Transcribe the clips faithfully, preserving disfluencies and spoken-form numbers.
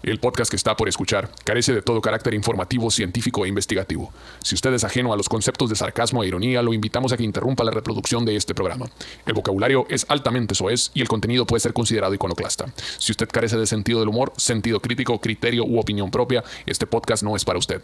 El podcast que está por escuchar carece de todo carácter informativo, científico e investigativo. Si usted es ajeno a los conceptos de sarcasmo e ironía, lo invitamos a que interrumpa la reproducción de este programa. El vocabulario es altamente soez y el contenido puede ser considerado iconoclasta. Si usted carece de sentido del humor, sentido crítico, criterio u opinión propia, este podcast no es para usted.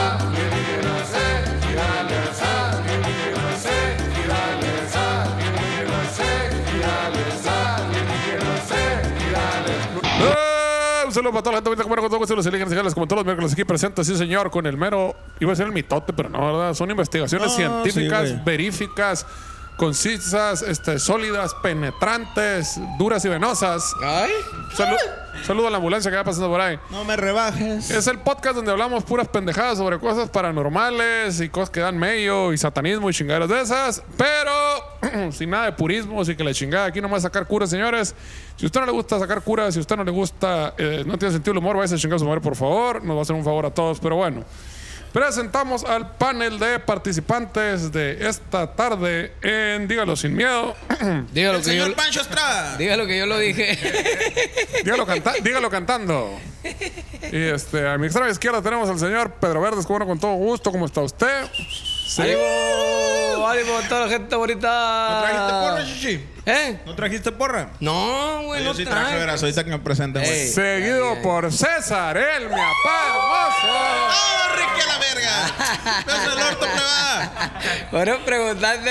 Un saludo para toda la gente que con todos los alienígenas, como todos los miércoles aquí presentes, sí señor, con el mero, iba a ser el mitote, pero no, ¿verdad? Son investigaciones No, científicas, sí, verificas, concisas, este, sólidas, penetrantes, duras y venosas. Ay. Salu- saludo a la ambulancia que va pasando por ahí. No me rebajes. Es el podcast donde hablamos puras pendejadas sobre cosas paranormales y cosas que dan medio y satanismo y chingaderas de esas, pero sin nada de purismo, sin que la chingada aquí nomás sacar curas, señores. Si a usted no le gusta sacar curas, si a usted no le gusta, eh, no tiene sentido el humor, váyase a chingar a su madre, por favor. Nos va a hacer un favor a todos, pero bueno. Presentamos al panel de participantes de esta tarde en Dígalo Sin Miedo. Dígalo El que señor yo, Pancho Estrada. dígalo que yo lo dije. dígalo, canta- dígalo cantando. Y este, a mi extrema izquierda tenemos al señor Pedro Verdes, bueno, con todo gusto. ¿Cómo está usted? Sí. ¡Ánimo! ¡Ánimo a toda la gente bonita! ¿No trajiste porra, Chichi? ¿Eh? ¿No trajiste porra? No, güey, Yo no sí traje, traje. verás, ahorita que me presenten. güey. Ey. Seguido Ay, ay. por César, el mi apá hermoso. ¡Oh, Ricky a la verga! ¡Ves el orto, plebada! Bueno, preguntando.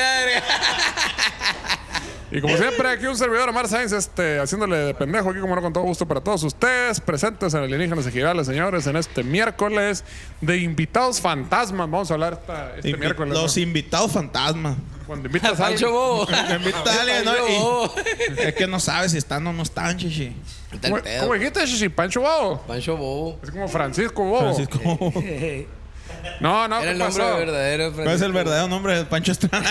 Y como siempre, aquí un servidor, Omar Sainz, este, haciéndole de pendejo aquí, como no, con todo gusto para todos ustedes, presentes en Alienígenas Ejidales, señores, en este miércoles de invitados fantasmas. Vamos a hablar esta, este Invi- miércoles. Los ¿no? invitados fantasma. Cuando invitas a Pancho alguien. Bobo. Me invita a alguien, ¿no? Pancho Y- Bobo. Es que no sabes si están o no están, Chichi. Está el ¿Cómo, pedo. ¿Cómo dijiste, Shishi? ¿Pancho Bobo? Pancho Bobo. Es como Francisco Bobo. Francisco. No, no, Era ¿qué el nombre pasó? verdadero. ¿Cuál es el verdadero nombre de Pancho Estrada?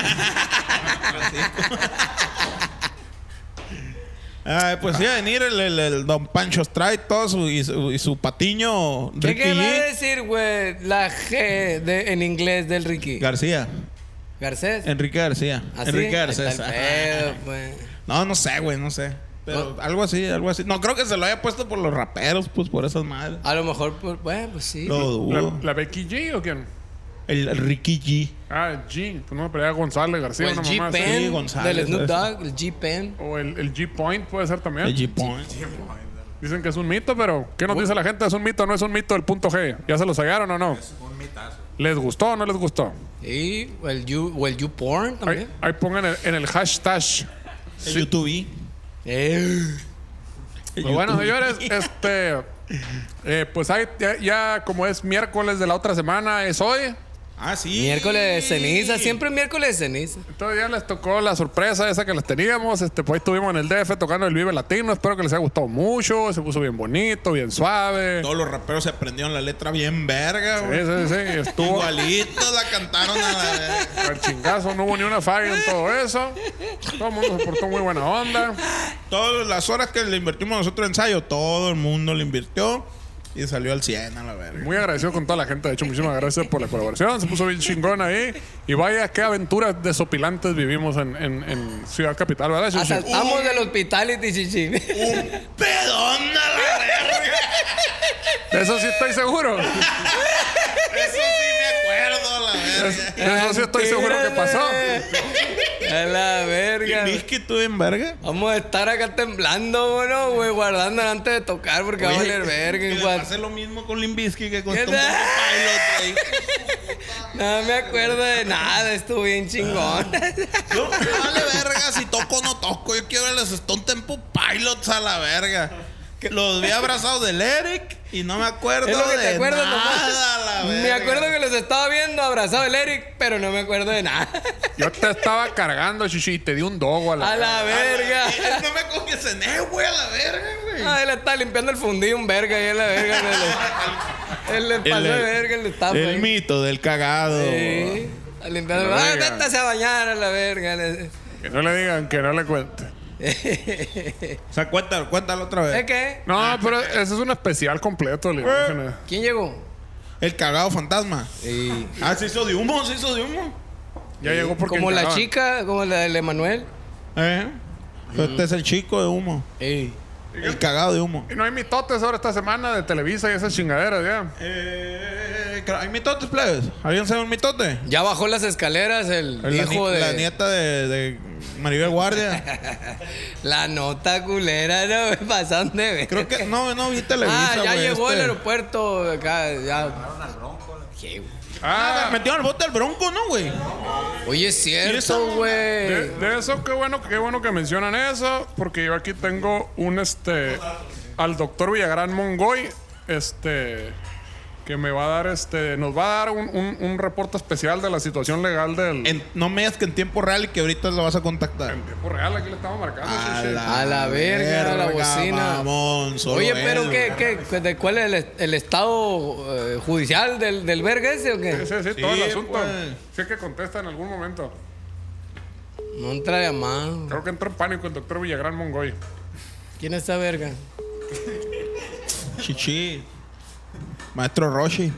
Ay, pues iba a venir el, el, el don Pancho Estrada y todo su, y, su, y su patiño ¿Qué Ricky querrá G. decir, güey? La G de, en inglés del Ricky. García. ¿Garcés? Enrique García. ¿Así? Enrique Ahí está García. el pedo, pues. No, no sé, güey, no sé. Pero No. algo así, algo así. No creo que se lo haya puesto por los raperos, pues por esas madres. A lo mejor, pues, bueno, pues sí. Lo dudo. ¿La, ¿La Becky G o quién? El, el Ricky G. Ah, G. Pues no me pelea González O García, el una mamá así. Sí, G-Pen González, del Snoop eso. Dogg, el G-Pen. O el, el G-Point puede ser también. El G-Point. Dicen que es un mito, pero ¿qué nos dice la gente? ¿Es un mito o no es un mito el punto G? ¿Ya se lo hallaron o no? Es un mitazo. ¿Les gustó o no les gustó? Y o el You, o el you Porn Ahí, también. ahí pongan el- en el hashtag. El YouTube. Eh. El Pues bueno, YouTube. señores, este. eh, pues ahí ya, ya como es miércoles de la otra semana, es hoy. Ah, sí. Miércoles de ceniza, siempre miércoles de ceniza. Entonces ya les tocó la sorpresa esa que les teníamos. Este, pues ahí estuvimos en el D F tocando el Vive Latino. Espero que les haya gustado mucho. Se puso bien bonito, bien suave. Todos los raperos se aprendieron la letra bien verga, Sí, güey. sí, sí. Estuvo Igualitos la cantaron a la verga. al chingazo, no hubo ni una falla en todo eso. Todo el mundo se portó muy buena onda. Todas las horas que le invertimos nosotros en ensayo, todo el mundo le invirtió y salió al cien a la verga. Muy agradecido con toda la gente. De hecho, muchísimas gracias por la colaboración. Se puso bien chingón ahí. Y vaya, qué aventuras desopilantes vivimos en, en, en Ciudad Capital, ¿verdad, Chichi? Asaltamos del hospitality, chichi. ¡Un pedón a la verga! De eso sí estoy seguro. Eso sí me acuerdo, la verga. De eso sí estoy seguro que pasó. A la verga. ¿Viste que tú en verga? Vamos a estar acá temblando, bueno, güey, guardando antes de tocar porque va a valer verga. que en le cuanto- pasé lo mismo con Limbisky que con ¿Qué Tom tal? Pilot, No me acuerdo de nada, estuvo bien chingón. Yo, vale verga si toco o no toco. Yo quiero los Stone Temple Pilots a la verga. Los vi abrazados del Eric y no me acuerdo Es lo que de te acuerdas nada, nomás. la verga. Me acuerdo que los estaba viendo abrazado el Eric, pero no me acuerdo de nada. Yo te estaba cargando, Chichi, y te di un dogo a la. A la verga. Él no me acuerdo que cené, güey, a la verga, güey. Ah, él está limpiando el fundido un verga y a la verga. Él, él le pasó El- de verga, él está El mito del cagado. Sí. Está limpiando. No Ah, diga. métase a bañar a la verga. Que no le digan, que no le cuente. O sea, cuéntalo, cuéntalo otra ¿Es vez. qué? No, pero ese es un especial completo, le imagino. ¿Quién llegó? El cagado fantasma. Sí. Ah, se hizo de humo, se hizo de humo. Ya llegó porque Como la encaraban. chica, como la del Emanuel. ¿Eh? Este es el chico de humo. Ey. El cagado de humo. Y no hay mitotes ahora esta semana de Televisa y esas chingaderas, ya. Eh, ¿Hay mitotes, plebes? ¿Alguien sabe un mitote? Ya bajó las escaleras el, La, hijo ni- de... la nieta de, de Maribel Guardia. La nota culera, ¿no? Me pasaron de ver. Creo que... No, no vi Televisa, Ah, ya güey, llegó este. el aeropuerto. Acá, ya. ¿Qué, güey? Ah, Ah, metieron al bote del Bronco, ¿no, güey? Oye, es ¿Y eso? cierto, güey. de, de eso, qué bueno, qué bueno que mencionan eso, porque yo aquí tengo un este al doctor Villagrán Mongoy, este que me va a dar este, nos va a dar un, un, un reporte especial de la situación legal del En- no me digas que en tiempo real y que ahorita lo vas a contactar. en tiempo real, aquí le estamos marcando. sí, sí. A la verga, a la bocina. Mamón, solo Oye, él, pero güey. ¿qué, qué, de ¿cuál es el, el estado eh, judicial del, del verga ese o Sí, qué? sí, sí, todo el Sí, asunto. pues. Sí que contesta en algún momento. No entra llamado. Creo que entró en pánico el doctor Villagrán Mongoy. ¿Quién es esa verga? Chichi. Maestro Roshi.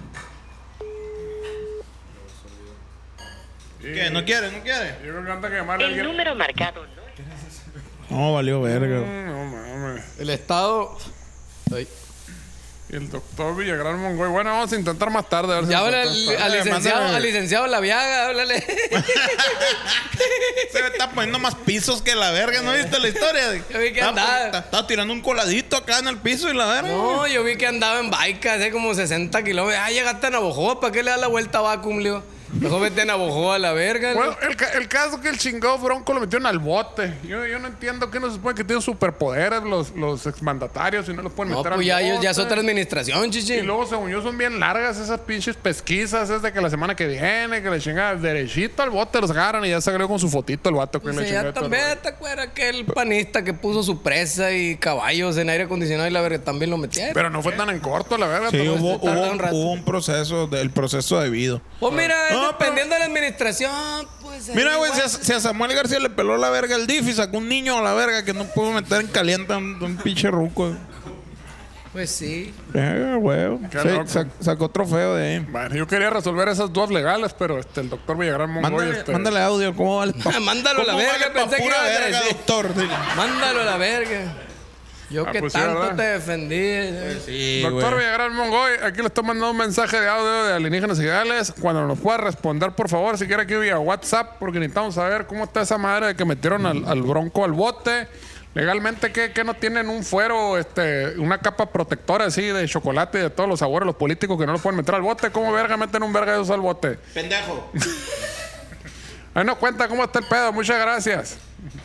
¿Qué? ¿No quiere? ¿No quiere? Yo creo que antes que llamarle a El alguien. número marcado no. No, valió verga. Mm, No mames. El estado... Ay. Y el doctor Villagrán Mongoy. Bueno, vamos a intentar más tarde a ver si Ya nos habla al, contesta. al Eh, licenciado, mándame. al licenciado Laviaga, háblale. Se me está poniendo más pisos que la verga. ¿No viste la historia? Yo vi que Estaba andaba. pon- Estaba estaba tirando un coladito acá en el piso y la verga. No, yo vi que andaba en bike hace como sesenta kilómetros. Ah, llegaste a Navojoa, ¿para qué le das la vuelta a Vacum, Leo? Mejor vete a Navojoa a la verga. Leo. Bueno, el, ca- el caso es que el chingado Bronco lo metieron al bote. Yo, yo no entiendo que no se supone que tienen superpoderes los, los exmandatarios y no los pueden No, meter pues al ya, bote. ellos- ya es otra administración, chichi. Y luego, según yo, son bien largas esas pinches pesquisas. Es de que la semana que viene, que le chinga derechito al bote, los agarran y ya se agregó con su fotito el vato que Pues le ya chinga. todo el también, rollo. ¿te acuerdas que el panista que puso su presa y caballos en aire acondicionado y la verga también lo metieron? Pero no fue tan en corto, la verdad. Sí, todo- hubo, se tarda hubo, un rato. hubo un proceso, del proceso debido. Pues mira, No, dependiendo de la administración, pues... ahí Mira, güey, si, igual. a- si a Samuel García le peló la verga el D I F y sacó un niño a la verga que no pudo meter en caliente a un, un pinche ruco. Pues sí. Eh, güey. Qué Sí, loco. sac- sacó trofeo de ahí. Bueno, yo quería resolver esas dos legales, pero este, el doctor Villagrán Mongoy... Mándale, este, mándale audio, ¿cómo vale? Pa- Mándalo a la ¿Cómo verga, vale pa' pensé que pura ibas a verga, decir. doctor. Dile. Mándalo a la verga. Yo Ah, que pues sí, tanto ¿verdad? te defendí. eh. Sí, Doctor güey. Villagrán Mongoy, aquí le estoy mandando un mensaje de audio de alienígenas ideales. Cuando nos pueda responder, por favor, si quiere aquí vía WhatsApp, porque necesitamos saber cómo está esa madre de que metieron al, al Bronco al bote. Legalmente, ¿qué, qué no tienen un fuero, este, una capa protectora así de chocolate y de todos los sabores, los políticos que no lo pueden meter al bote? ¿Cómo verga meten un verga de esos al bote? Pendejo. Ahí nos cuenta cómo está el pedo. Muchas gracias.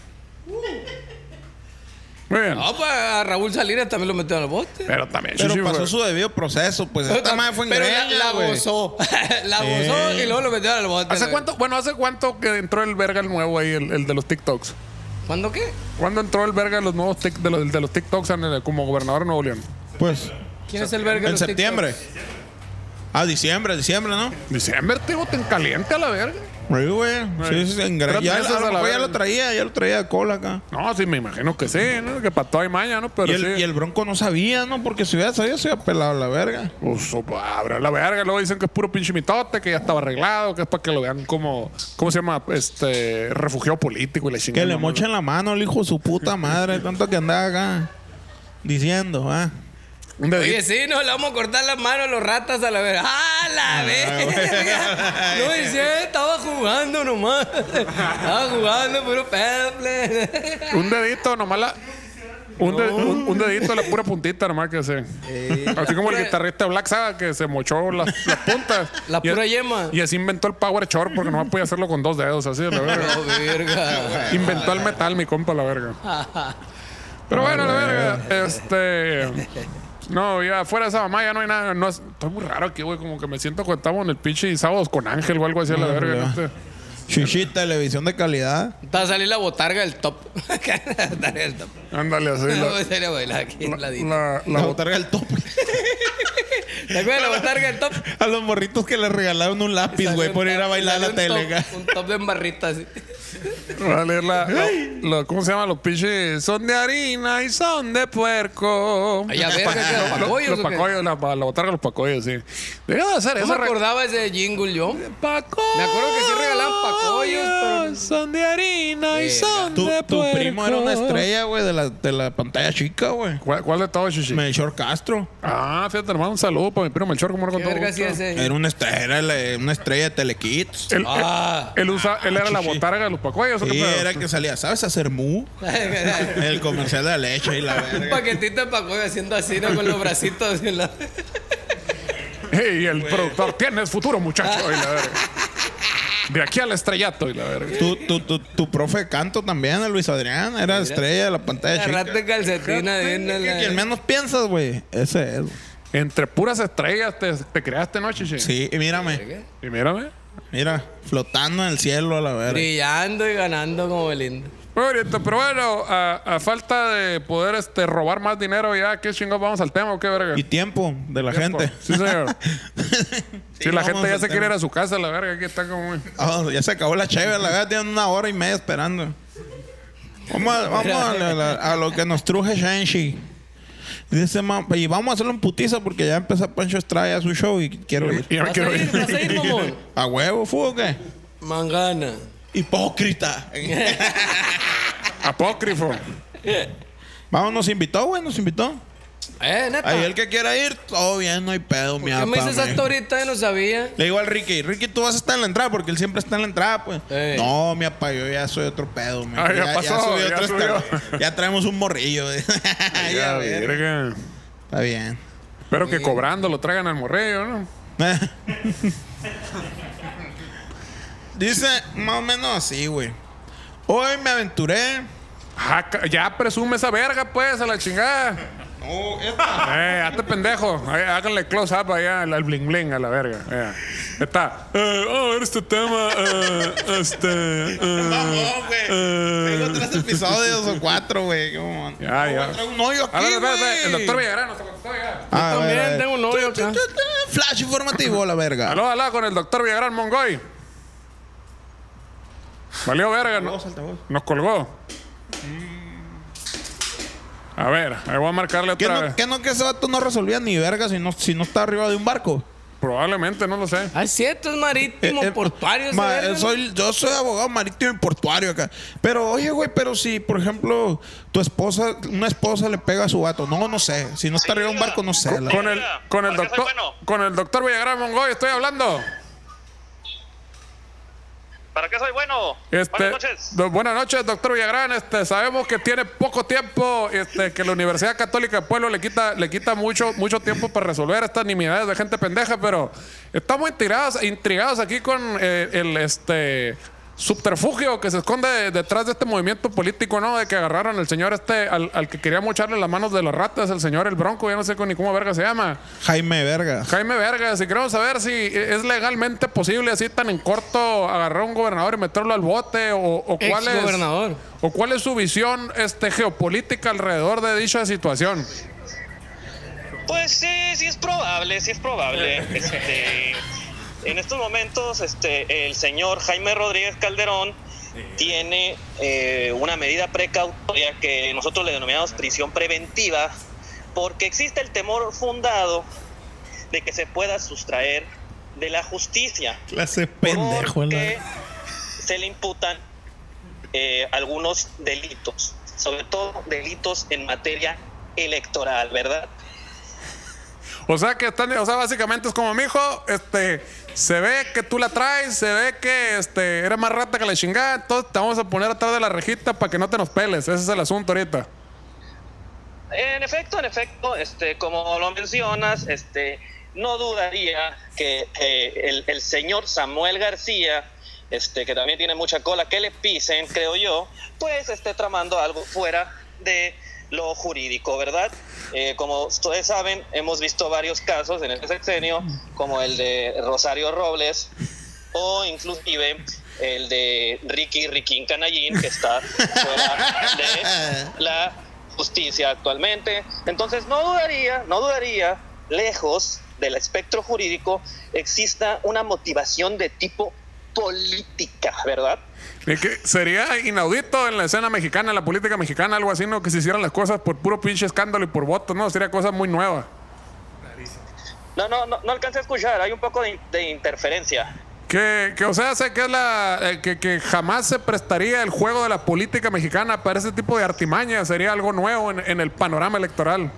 Muy bien. No, pues a Raúl Salinas también lo metieron al bote. Pero también, Pero Chuchi, pasó güey. su debido proceso, pues esta madre fue en Pero la, greña, la güey. gozó. la gozó y luego lo metieron al bote. ¿Hace cuánto? Bueno, ¿hace cuánto que entró el verga el nuevo ahí, el, el de los TikToks? ¿Cuándo qué? ¿Cuándo entró el verga de los nuevos tic- de los, de los TikToks en el- como gobernador de Nuevo León? Pues, ¿Quién es el verga de en los septiembre. Ah, diciembre, diciembre, ¿no? Diciembre, tío, te caliente a la verga. Sí, güey. Sí, sí, en Tres greña. Ya, meses a a lo la mejor ya verga. lo traía, ya lo traía de cola acá. No, sí, me imagino que sí, ¿no? Que para todo hay maña, ¿no? Pero Y el, sí. y el Bronco no sabía, ¿no? Porque si hubiera sabido, se hubiera pelado la verga. Pues, abre la verga. Luego dicen que es puro pinche mitote, que ya estaba arreglado, que es para que lo vean como, ¿cómo se llama? Este, refugiado político y le Que chingan. le ¿no? mochen la mano al hijo de su puta madre, tanto que andaba acá diciendo, ah. Un dedito. Oye, sí, no, le vamos a cortar las manos a los ratas a la verga. ¡Ah, la verga! No, dice, estaba jugando nomás. Estaba jugando, puro peple. Un dedito, nomás la. Un, de- un, un dedito, la pura puntita nomás que se. Así como el pura- guitarrista de Black Sabbath que se mochó las, las puntas. La Y- pura yema. Y así inventó el Power Chord porque nomás podía hacerlo con dos dedos, así de la verga. No, verga. Inventó el metal, mi compa, la verga. Pero bueno, la verga. Este. No, ya fuera de esa mamá ya no hay nada. No, es- estoy muy raro aquí, güey. Como que me siento cuando estamos en el pinche Sábados con Ángel o algo así a la verga. ya. no sé. Chichi, televisión de calidad. Te va a salir la botarga del top. La botarga del top. Ándale, así. La La, botarga a bailar aquí en la dita. la, La la, botarga del top. ¿Te acuerdas de la botarga del top? A los morritos que le regalaron un lápiz, güey, Salió por un ir a top- bailar a la salió un tele. acá. top- Un top de embarrita así. Va a leer la, la- la- ¿cómo se llama? Los pinches son de harina y son de puerco. Ay, a ver, ¿qué queda? Los- ¿Pacoyos Los o qué? pacoyos, la, la botarga de los pacoyos, sí. Deja de hacer No eso. me acordaba ese jingle yo. Paco. Me acuerdo que sí regalaban pacoyos, pero- Son de harina y Verga. son Tu, de tu primo era una puerco. estrella, güey, de la, de la pantalla chica, güey. ¿Cuál, cuál de todos, Chichi? Melchor Castro. Ah, fíjate, hermano, un saludo para mi primo Melchor, como no con ¿Qué todo verga gusto. hacía ese? Era una estrella, era la- una estrella de Telekids. Él, Ah. él, él usa, él era la Chichi. botarga de los pacuellos. ¿o qué Sí, pedo? era que salía, ¿sabes hacer mu? El comercial de la leche y la Un verga. paquetito de pacoyo haciendo así, ¿no? Con los bracitos así en la... Y el productor, tienes futuro, muchacho. Y la verga. De aquí al estrellato y la verga. Tu, tu, tu, tu profe de canto también, el Luis Adrián, era estrella de la pantalla chica. Agarrate calcetina de Que Quien menos piensas, güey, ese es. Entre puras estrellas te, te creaste, ¿no, Chichi? Sí, y mírame, Y mírame. mira, flotando en el cielo a la verga. Brillando y ganando como Belinda. Muy bonito, pero bueno, a, a falta de poder este, robar más dinero ya, ¿qué chingados vamos al tema o qué verga? Y tiempo de la Tiempo. gente. Sí, señor. Sí, la vamos gente ya al se quiere ir tema. a su casa, la verga, aquí está como muy... Oh, ya se acabó la chévere, la verdad, tienen una hora y media esperando. Vamos, a, vamos a, la- a lo que nos truje Shenshi. Dice, "Ma- y vamos a hacerlo en putiza porque ya empezó Pancho Estrada a su show y quiero ir. Y ya me ¿Vas quiero a ir? ir. ¿Vas a ir, mamón? ¿A huevo, fu o qué? Mangana. Hipócrita. Apócrifo. Vamos, nos invitó, güey, nos invitó. Eh, neta. Ahí el que quiera ir, todo bien, no hay pedo, mi ¿Qué apa, me dices me hasta dijo. ahorita? Yo no sabía. Le digo al Ricky, Ricky, tú vas a estar en la entrada porque él siempre está en la entrada, pues. Ey. No, mi apa, yo ya soy otro pedo, mi Ah, ya pasó, subí ya otro subió. escalón. Ya traemos un morrillo. ya, Ya, ver. verga. Está bien. Espero que cobrando lo traigan al morrillo, ¿no? Dice más o menos así, güey. Hoy me aventuré. Ah, ca- ya presume esa verga, pues, a la chingada. No, esta. Eh, hazte pendejo. Ahí, háganle close up allá al al bling bling a la verga. Eh. Está. Eh, vamos a ver este tema. eh, este. eh, Vamos, güey. eh. Tengo tres episodios o cuatro, güey. ¿Cómo? Ya, ya. No, traigo un hoyo aquí, A ver, espera, espera, güey. el doctor Villagrán nos contestó ya. Ah, a ver, También a ver. tengo un novio acá. Flash informativo, la verga. Aló, aló, con el doctor Villagrán Mongoy. Valió verga, ¿no? Altavoz, altavoz. Nos colgó. A ver, ahí voy a marcarle ¿Qué otra no, vez. qué no que ese vato no resolvía ni verga si no, si no está arriba de un barco? Probablemente, no lo sé. Ah, cierto, es marítimo, Eh, eh, portuario. ese ma- verga, ¿no? soy, yo soy abogado marítimo y portuario acá. Pero oye, güey, pero si, por ejemplo, tu esposa, una esposa le pega a su vato, no, no sé. Si no está arriba de un barco, no sé. la- Con el, con el ¿Para qué soy doctor, bueno? con el doctor Villagrán Mongoy estoy hablando. ¿Para qué soy bueno? Este, Buenas noches. do- buenas noches, doctor Villagrán. Este, sabemos que tiene poco tiempo, este, que la Universidad Católica de Pueblo le quita, le quita mucho, mucho tiempo para resolver estas nimiedades de gente pendeja, pero estamos intrigados, intrigados aquí con eh, el este subterfugio que se esconde detrás de este movimiento político, ¿no? De que agarraron al señor este, al, al que quería mocharle las manos de las ratas, el señor El Bronco, ya no sé ni cómo verga se llama. Jaime Verga. Jaime Vergas, y queremos saber si es legalmente posible así tan en corto agarrar a un gobernador y meterlo al bote o, o cuál es Exgobernador. o cuál es su visión este geopolítica alrededor de dicha situación. Pues sí, sí es probable, sí es probable. Este, en estos momentos, este, el señor Jaime Rodríguez Calderón tiene eh, una medida precautoria que nosotros le denominamos prisión preventiva, porque existe el temor fundado de que se pueda sustraer de la justicia. Clase pendejo, Porque la- se le imputan eh, algunos delitos, sobre todo delitos en materia electoral, ¿verdad? O sea que están, o sea, básicamente es como, mijo, este, se ve que tú la traes, se ve que este, eres más rata que la chingada, entonces te vamos a poner atrás de la rejita para que no te nos peles. Ese es el asunto ahorita. En efecto, en efecto, este, como lo mencionas, este, no dudaría que eh, el, el señor Samuel García, este, que también tiene mucha cola que le pisen, creo yo, pues esté tramando algo fuera de lo jurídico, ¿verdad? Eh, como ustedes saben, hemos visto varios casos en este sexenio, como el de Rosario Robles o inclusive el de Ricky Riquín Canallín, que está fuera de la justicia actualmente. Entonces no dudaría, no dudaría, lejos del espectro jurídico, exista una motivación de tipo política, ¿verdad? Y que sería inaudito en la escena mexicana, en la política mexicana, algo así, ¿no? Que se hicieran las cosas por puro pinche escándalo y por votos, ¿no? Sería cosa muy nueva. No, no, no, no alcancé a escuchar. Hay un poco de, de interferencia. Que, que, o sea, sé que es la eh, que, que jamás se prestaría el juego de la política mexicana para ese tipo de artimaña. Sería algo nuevo en, en el panorama electoral.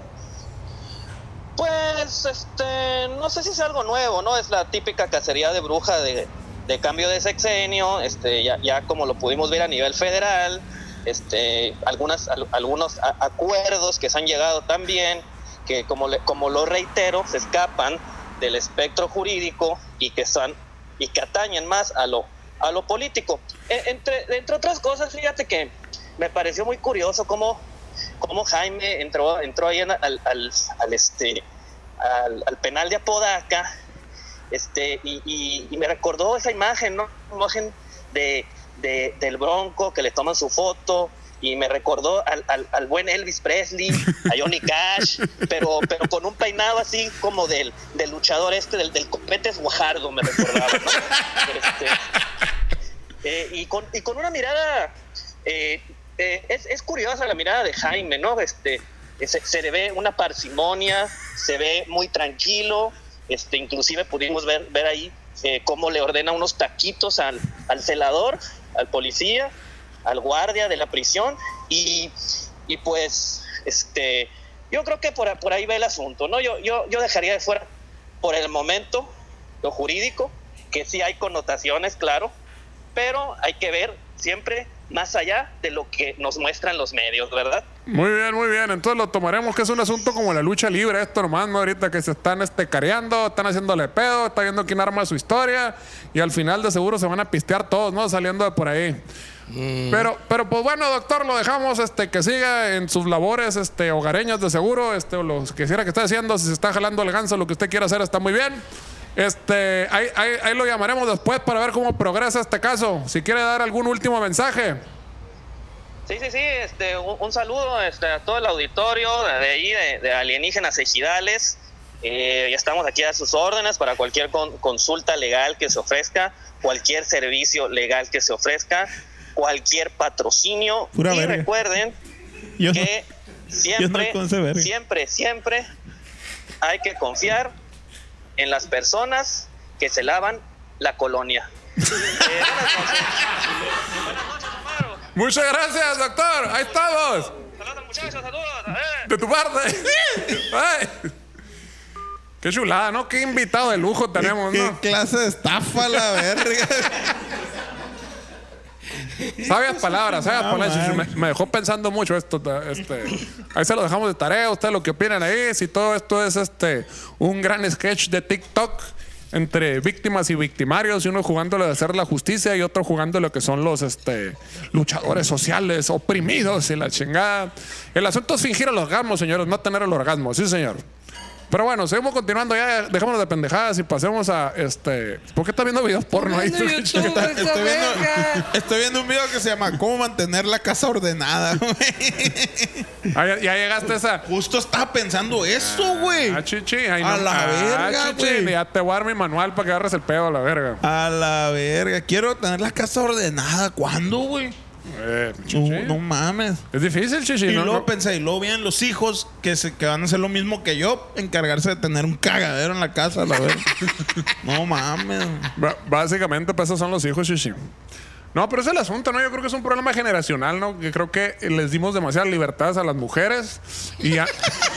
Pues, este, no sé si es algo nuevo, ¿no? Es la típica cacería de bruja de, de cambio de sexenio, este, ya, ya como lo pudimos ver a nivel federal, este, algunas, al, algunos a, acuerdos que se han llegado también, que como, le, como lo reitero, se escapan del espectro jurídico y que son y que atañen más a lo, a lo político. E, entre, entre otras cosas, fíjate que me pareció muy curioso cómo cómo Jaime entró entró ahí en, al, al, al este al, al penal de Apodaca, este y, y, y me recordó esa imagen, ¿no? Imagen de, de del Bronco que le toman su foto, y me recordó al, al, al buen Elvis Presley, a Johnny Cash, pero pero con un peinado así como del, del luchador este del, del Copetes Guajardo, me recordaba, ¿no? Este, eh, y con y con una mirada eh, Eh, es, es curiosa la mirada de Jaime, ¿no? Este, se, se le ve una parsimonia, se ve muy tranquilo, este, inclusive pudimos ver, ver ahí eh, cómo le ordena unos taquitos al, al celador, al policía, al guardia de la prisión, y, y pues, este, yo creo que por, por ahí va el asunto, ¿no? Yo, yo, yo dejaría de fuera, por el momento, lo jurídico, que sí hay connotaciones, claro, pero hay que ver siempre más allá de lo que nos muestran los medios, ¿verdad? Muy bien, muy bien. Entonces lo tomaremos que es un asunto como la lucha libre, esto nomás, ¿no? Ahorita que se están este, careando, están haciéndole pedo, está viendo quién arma su historia, y al final de seguro se van a pistear todos, ¿no? Saliendo de por ahí. Mm. Pero, pero pues bueno, doctor, lo dejamos este, que siga en sus labores este, hogareñas de seguro, este, o lo que quiera que esté haciendo, si se está jalando el ganso, lo que usted quiera hacer está muy bien. Este, ahí, ahí, ahí lo llamaremos después para ver cómo progresa este caso. Si quiere dar algún último mensaje. Sí, sí, sí, este, un, un saludo este, a todo el auditorio de, de ahí, de, de Alienígenas Ejidales. Eh, ya estamos aquí a sus órdenes para cualquier con, consulta legal que se ofrezca, cualquier servicio legal que se ofrezca, cualquier patrocinio. Pura y verga. Recuerden yo que no, siempre, no siempre, siempre hay que confiar en las personas que se lavan la colonia. Eh, buenas noches. Buenas noches, Amaro. Muchas gracias, doctor. Ahí estamos. Saludos, muchachos, saludos. Eh. De tu parte. Ay. Qué chulada, ¿no? Qué invitado de lujo tenemos, ¿Qué, ¿no? qué clase de estafa la verga? Sabias palabras, sabias No, palabras. Me, me dejó pensando mucho esto. Este, ahí se lo dejamos de tarea. Ustedes lo que opinan ahí. Si todo esto es este un gran sketch de TikTok entre víctimas y victimarios, y uno jugándole de hacer la justicia y otro jugando lo que son los este, luchadores sociales oprimidos y la chingada. El asunto es fingir el orgasmo, señores, no tener el orgasmo. Sí, señor. Pero bueno, seguimos continuando ya, dejémonos de pendejadas y pasemos a este. ¿Por qué estás viendo videos porno ahí? YouTube, Estoy esa viendo, verga. estoy viendo un video que se llama ¿Cómo mantener la casa ordenada, güey? Ah, ya, ya llegaste a esa. Justo estaba pensando eso, güey. Ah, chichi. Ay, A no. la Ah, verga, chichi. güey. Ya te voy a dar mi manual para que agarres el pedo a la verga. A la verga. Quiero tener la casa ordenada. ¿Cuándo, güey? Eh, chichi. No, no mames. Es difícil, chichi. Y ¿no? luego no. pensé, y luego vienen los hijos que, se, que van a hacer lo mismo que yo, encargarse de tener un cagadero en la casa, la verdad. No mames. B- básicamente, pues esos son los hijos, chichi. No, pero ese es el asunto, ¿no? Yo creo que es un problema generacional, ¿no? Que creo que les dimos demasiadas libertades a las mujeres y ya.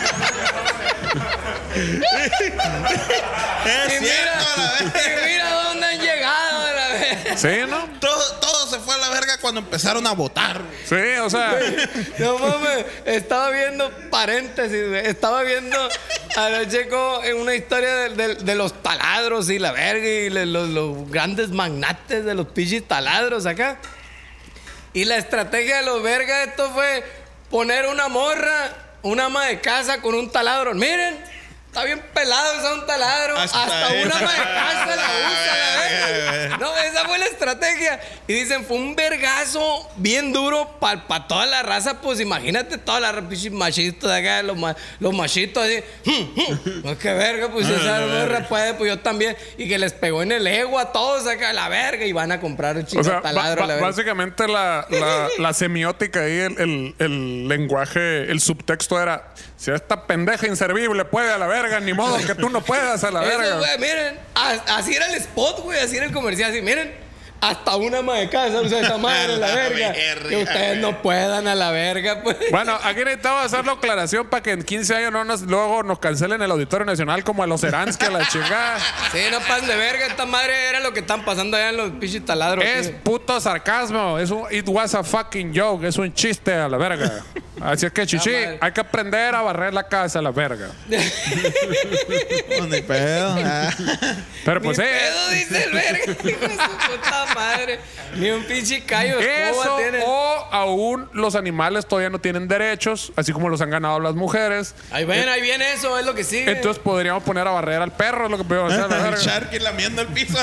Es Y cierto, mira, la verga. y mira dónde han llegado, la verga. Sí, ¿no? Todo, todo se fue a la verga cuando empezaron a votar. Sí, o sea. No mames, estaba viendo paréntesis, güey. Estaba viendo a los chicos en una historia de, de- de los taladros y la verga y le- los, los grandes magnates de los pinches taladros acá. Y la estrategia de los vergas esto fue poner una morra, una ama de casa con un taladro. Miren, está bien pelado usar un taladro. Hasta Hasta, ahí. una ama de casa la usa, la verga. No, esa esa fue la estrategia. Y dicen, fue un vergazo bien duro para pa toda la raza. Pues imagínate toda la pinches machitos de acá, los, ma, los machitos así. Pues qué verga, pues esa verga puede, pues yo también. Y que les pegó en el ego a todos acá, la verga. Y van a comprar un chingo O sea, de taladro. ba- la ba- verga. básicamente la, la, la semiótica ahí, el, el, el lenguaje, el subtexto era: si esta pendeja inservible puede a la verga, ni modo que tú no puedas a la Eso, verga. güey, miren, a- así era el spot, güey, así era el comercial, así, miren, hasta una ama de casa usa esa madre, la La verga. verga, Que ustedes no puedan a la verga, pues. Bueno, aquí necesitamos hacer la aclaración para que en quince años no nos, luego nos cancelen el Auditorio Nacional como a los Eransky, a la chingada. Sí, no pasen de verga, esta madre era lo que están pasando allá en los pinches taladros. Es tío. puto sarcasmo. Es un it was a fucking joke. Es un chiste a la verga. Así es que, chichi, Ah, madre. hay que aprender a barrer la casa a la verga. No, ni pedo. Ah. Pero Ni pues sí. pedo, dice el verga, hijo de su puta madre. Ni un pinche callo de escoba Eso tiene. o aún los animales todavía no tienen derechos, así como los han ganado las mujeres. Ahí ven, ahí viene eso, es lo que sigue. Entonces podríamos poner a barrer al perro, es lo que podemos hacer a la El verga. Sharky lamiendo el piso.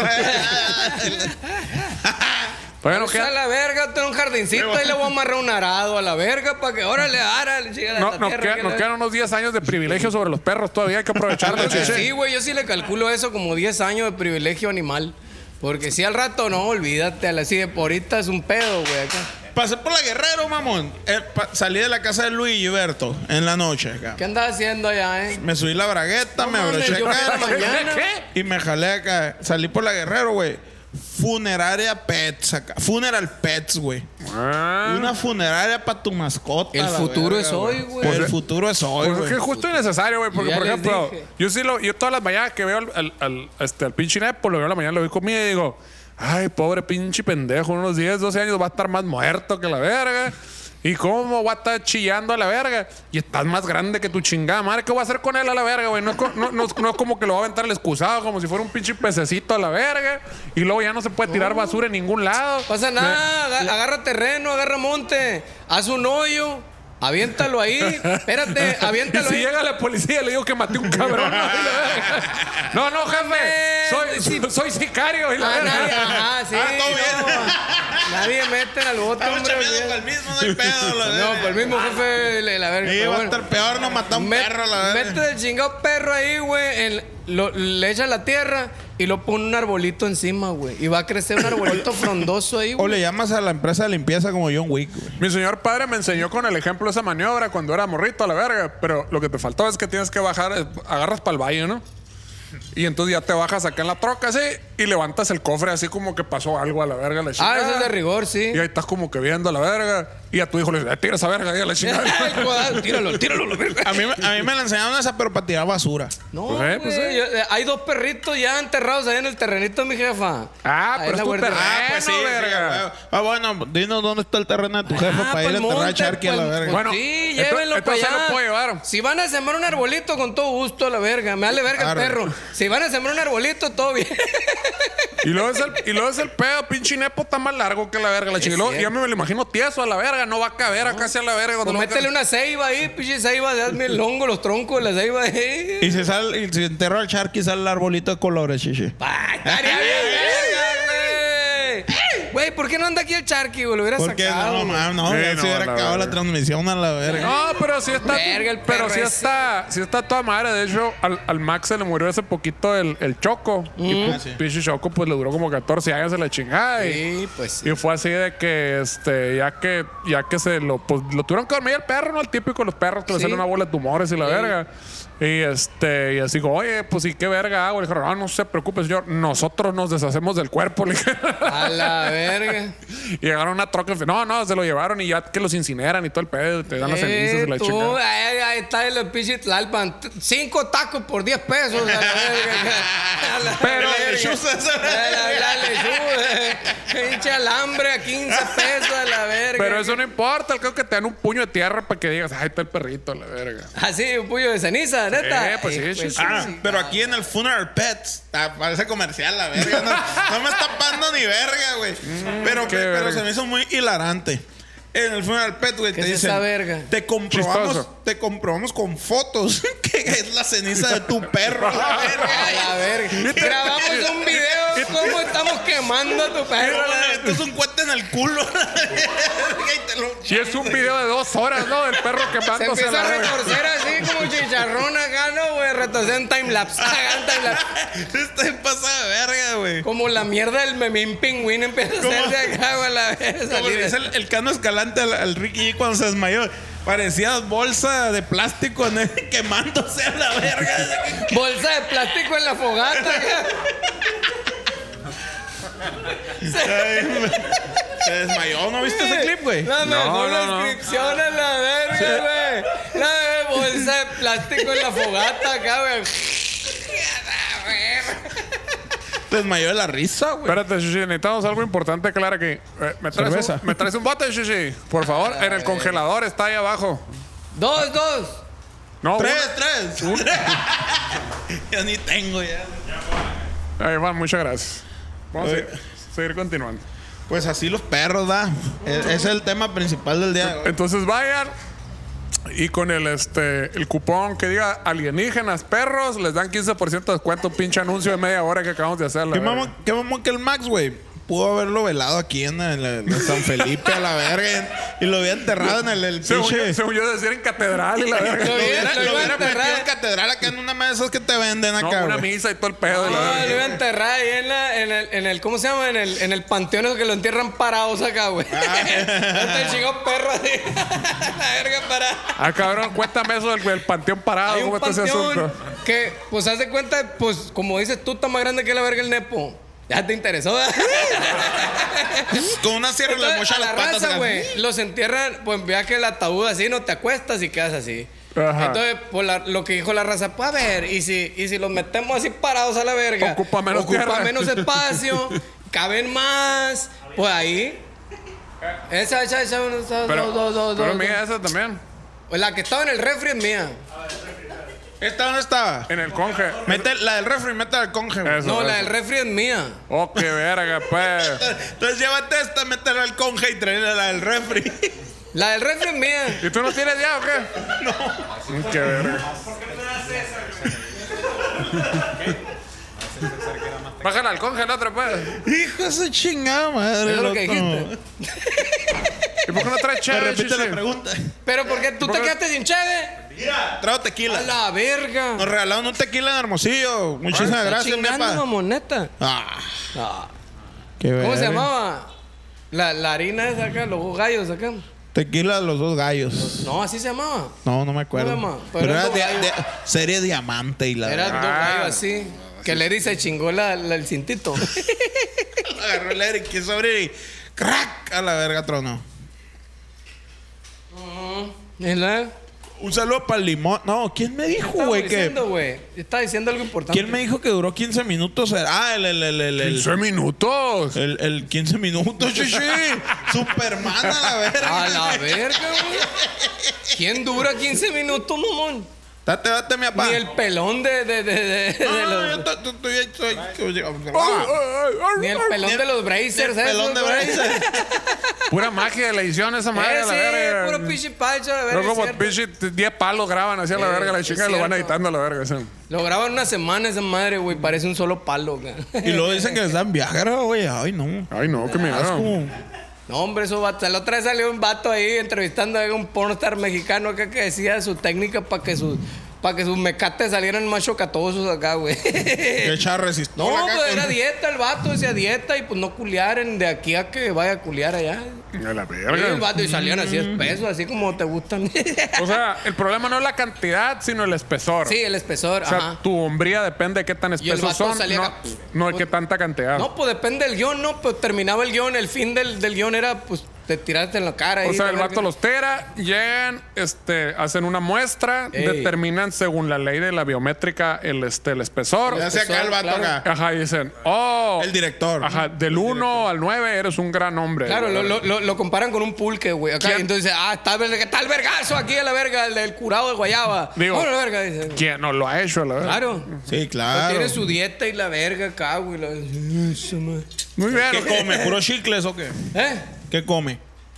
Bueno, O sea, ¿qué? la verga, tengo un jardincito y le voy a amarrar un arado a la verga para que, órale, árale, chica, No, la nos, tierra, queda- que nos la- quedan unos diez años de privilegio sobre los perros todavía, hay que aprovecharlo, Claro que chichi. sí, güey, yo sí le calculo eso como diez años de privilegio animal. Porque si al rato no, olvídate, a la así de por ahorita es un pedo, güey, acá. Pasé por la Guerrero, mamón. Eh, pa- salí de la casa de Luis Gilberto en la noche acá. ¿Qué andas haciendo allá, eh? Me subí la bragueta, No me mames, abroché yo fui acá a la mañana. ¿Qué? y me jalé acá. Salí por la Guerrero, güey. Funeraria Pets acá. Funeral Pets, güey. Ah. Una funeraria para tu mascota. El la futuro verga, es hoy, güey. El futuro es hoy, Pues es güey. que es justo y necesario, güey. Porque, Ya por les ejemplo, dije. yo sí lo, yo todas las mañanas que veo al, al, al- este, al pinche Nepo, lo veo en la mañana, lo veo conmigo y digo, ay, pobre pinche pendejo, unos diez, doce años va a estar más muerto que la verga. ¿Y cómo va a estar chillando a la verga? Y estás más grande que tu chingada madre. ¿Qué voy a hacer con él a la verga, güey? No, es co- no, no, es- no es como que lo va a aventar el excusado, como si fuera un pinche pececito a la verga. Y luego ya no se puede tirar basura en ningún lado. Pasa nada, aga- agarra terreno, agarra monte, haz un hoyo, aviéntalo ahí, espérate, Y aviéntalo si ahí. llega la policía, le digo que maté un cabrón. ¿no? Y la verga, no, no, jefe. Soy, soy sicario. Y la Ah, verga. nadie, ajá, sí. Ah, todo no. bien. Nadie meten al bote, Estamos hombre. chameando para el olvídate. mismo, no hay pedo. la No, verga. por el mismo jefe, le- la verga. Sí, pero va a bueno. estar peor no matar a un Met- perro, la verga. Mete el chingado perro ahí, güey. el- lo- Le echa la tierra y lo pone un arbolito encima, güey. Y va a crecer un arbolito frondoso ahí, O güey. le llamas a la empresa de limpieza como John Wick, güey. Mi señor padre me enseñó con el ejemplo esa maniobra cuando era morrito a la verga. Pero lo que te faltó es que tienes que bajar, eh, agarras para el valle, ¿no? Y entonces ya te bajas acá en la troca así y levantas el cofre así como que pasó algo a la verga, la Ah, chingada. eso es de rigor, sí. Y ahí estás como que viendo a la verga. Y a tu hijo le dices, "Eh, tira esa verga ahí a la chingada. El codazo, tíralo, tíralo, la verga. A mí, me- a mí me la enseñaron esa, pero para tirar basura. No, Pues, güey. eh, pues, eh. yo- eh, hay dos perritos ya enterrados ahí en el terrenito de mi jefa. Ah, Ahí pero en la es tu huerta. terreno. Ah, pues sí, Bueno, sí, verga. güey. Ah, bueno, dinos dónde está el terreno de tu jefe Ah, para ir pa'l a enterrar a monte, Charqui a la pa'l- verga. Bueno, sí, entonces- llévenlo para entonces allá. lo puedo llevar. Si van a sembrar un arbolito, con todo gusto, la verga. Me vale verga el Arre. perro. Si van a sembrar un arbolito, todo bien. Y luego es el, y luego es el pedo, pinche nepo está más largo que la verga, la Es chingada. Y luego cierto. ya me lo imagino tieso a la verga, no va a caber acá hacia la verga. cuando Pues lo va a métele caber. una ceiba ahí, pinche ceiba, hazme el hongo, los troncos de la ceiba ahí. Y si sale, y si enterra al Charqui, sale el arbolito de colores, chichi. Pa, estaría bien, verga, güey. Güey, ¿por qué no anda aquí el Charqui, güey? Lo hubiera Porque sacado. no, güey. no, no, Sí, ya no, se hubiera la acabado la verga. transmisión a la verga. No, pero sí está. Verga, el pero perro sí ese. está. Sí está toda madre. De hecho, al, al Max se le murió hace poquito el, el Choco. Y Ah, pues, sí. pinche Choco, pues le duró como catorce años de la chingada. Y, Sí, pues sí. y fue así de que, este, ya que, ya que se lo, pues lo tuvieron que dormir el perro, ¿no? El típico de los perros que le Sí. salen una bola de tumores y la Sí. verga. Y este, y así digo, oye, pues sí, qué verga hago. Le dijeron, no, no se preocupe, señor. Nosotros nos deshacemos del cuerpo. Le dije. A la verga. Y llegaron a una troca. y No, no, se lo llevaron y ya que los incineran y todo el pedo. Te dan las cenizas Eh, y la tú, chingada. ahí, ahí está el pinche Tlalpan. T- Cinco tacos por diez pesos. A la verga. A la Pero verga. lechuza esa A la- la lechuza. Pinche alambre a quince pesos a la verga. Pero eso no importa, creo que te dan un puño de tierra para que digas, ay, está el perrito, la verga. Así, un puño de ceniza, neta. Eh, pues sí, Ay, sí, sí. Ah, pero aquí en el Funeral Pets, ah, parece comercial la verga. No, no me está pagando ni verga, güey. pero qué pero verga. se me hizo muy hilarante. En el Funeral Pet, güey, ¿Qué te es dicen, esa verga? te comprobamos, Chistoso. te comprobamos con fotos que que es la ceniza de tu perro. A la verga. A la verga. Grabamos un video cómo estamos quemando a tu perro. Esto es un cuete en el culo. Y te lo- Y es un video de dos horas, ¿no? Del perro Se quemándose a empieza la a verga. retorcer así como chicharrón acá, ¿no, güey? Retorcer en timelapse. Hagan timelapse. Este pasa de verga, güey. Como la mierda del memín pingüino empieza a hacerse acá, güey, la verga. Como salir le de- dice el, el Cano Escalante al, al Ricky G cuando se desmayó. Parecía bolsa de plástico en el- quemándose a la verga. Bolsa de plástico en la fogata acá. Ay, se desmayó. ¿No viste ese clip, güey? La mejor no, no. descripción a la verga, güey. La de bolsa de plástico en la fogata acá, güey. A la verga. Se desmayó de la risa, güey. Espérate, Shishi, necesitamos algo importante, claro que... eh, ¿me, traes Cerveza. un, ¿Me traes un bote, Shishi? Por favor, en el congelador está ahí abajo. Dos, dos. No, Tres, tres. Ya ni tengo ya. uno. Ahí va, muchas gracias. Vamos a Oye. seguir, seguir continuando. Pues así los perros, da. Es- Ese es el tema principal del día de hoy. Entonces vayan y con el este el cupón que diga alienígenas perros les dan quince por ciento de descuento, un pinche anuncio de media hora que acabamos de hacer. la ¿Qué verga. mamón, qué mamón que el Max, güey? Pudo haberlo velado aquí en, el, en San Felipe a la verga y lo había enterrado en el, el Según yo, pinche. según yo decir en catedral y la verga. Lo Lo hubiera, Lo lo iba a hubiera enterrar. metido en catedral acá en una mesa de esas que te venden No, acá, una güey. misa y todo el pedo. y la No, verga. lo iba a enterrar ahí en, la, en, el, en el, ¿cómo se llama? En el, en el panteón eso que lo entierran parados acá, güey. Está el chingón perro así. La verga parada. Ah, cabrón, cuéntame eso del, del panteón parado. Hay ¿Cómo un está ese panteón asunto? que, pues, haz de cuenta, pues, como dices tú, está más grande que la verga el nepo. Ya te interesó, ¿verdad? Con una sierra le Entonces, mocha a las la patas. raza, acá. güey, los entierran, pues vea que el ataúd así, no te acuestas y quedas así. Ajá. Entonces, pues la- lo que dijo la raza, pues a ver, y si, y si los metemos así parados a la verga, Ocupa menos tierra. menos espacio, caben más, pues ahí. Esa, esa, esa, esa, Pero, dos, dos, dos, pero dos, mía, dos. esa también. Pues la que estaba en el refri es mía. ¿Esta dónde estaba? En el conge. Mete la del refri, mete al conge, güey. Eso, No, la eso. del refri es mía. Oh, qué verga, pues. Entonces llévate esta, métela al conge y tráela la del refri. La del refri es mía. ¿Y tú no tienes ya o qué? No. Qué verga. Bájala al conge el otro, pues. Hijo de su chingada madre. Eso es lo que loco. dijiste. ¿Y por qué no traes Me chévere, repite Shishi? la pregunta. Pero ¿por qué tú ¿Por te qué? quedaste sin cheve? Traigo A tequila. la verga. Nos regalaron un tequila en Hermosillo. Muchísimas gracias, Chingando, mepa. mamoneta. Ah, Ah. qué ¿Cómo se verga. llamaba? La, la harina esa acá, los gallos acá. Tequila de los dos gallos. No, así se llamaba. No, no me acuerdo. ¿Cómo se llama? Pero, Pero era eran de, dos de- gallos. serie Diamante y la Eran verdad. dos Ah. gallos así. Que el Eri se chingó la, la- el cintito. Agarró el Eric, quiso abrir y ¡crack! A la verga tronó. ¿Es la? Un saludo para el limón. No, ¿quién me dijo, Estaba güey? Que diciendo, güey. Estaba diciendo algo importante. ¿Quién me dijo que duró quince minutos? Ah, el, el, el, el, el, quince minutos. el, el quince minutos, chichi. Superman a la verga. A la verga, güey. ¿Quién dura quince minutos, mamón? Date, date, mi papá. Ni el pelón de, de, de, de- de No, no, los- yo estoy- estoy- estoy- estoy- Ah, Ni el pelón de los Brazers, El pelón de esos, güey. Brazers. Pura magia de la edición esa madre, Eh, a la sí, verga. puro pinche pacho, la verga. Luego es como cierto. pinche diez palos graban hacia la Eh, verga la es chica y lo van cierto. editando a la verga. sí. Lo graban una semana esa madre, güey. Parece un solo palo, güey. Y luego dicen que les dan Viagra, güey. Ay, no. Ay, no, qué miedo. Asco. No, hombre, eso vato. La otra vez salió un vato ahí entrevistando a un pornstar mexicano acá que decía su técnica para que sus para que sus mecates salieran más chocatosos acá, güey. Que echar resistol No, acá pues con- era dieta el vato, decía dieta y pues no culiaren de aquí a que vaya a culiar allá. A la Y el verga. vato y salían así espesos, así como te gustan. O sea, el problema no es la cantidad, sino el espesor. Sí, el espesor, O sea, ajá. tu hombría depende de qué tan Y el espesos vato son, salía no, acá, no de qué tanta cantidad. No, pues depende del guión, ¿no? Pues terminaba el guión, el fin del, del guión era, pues, te tiraste en la cara. O ahí, sea, la el verga. vato los tera, llegan, este, hacen una muestra, Ey. determinan según la ley de la biométrica el, este, el espesor. Ya sea acá el vato Claro. acá. Ajá, y dicen, oh. El director. Ajá, del uno al nueve eres un gran hombre. Claro, lo, lo, lo, lo comparan con un pulque, güey. Acá, ¿Quién? y entonces, ah, está el, está el vergazo aquí a la verga, el del curado de Guayaba. Digo, Bueno, la verga, dice. ¿Quién no lo ha hecho, la verdad? Claro. Sí, Pues claro. tiene su dieta y la verga acá, güey. la- Eso, madre. Muy bien. ¿Qué come? ¿Puro chicles o qué? ¿Eh? ¿Qué come?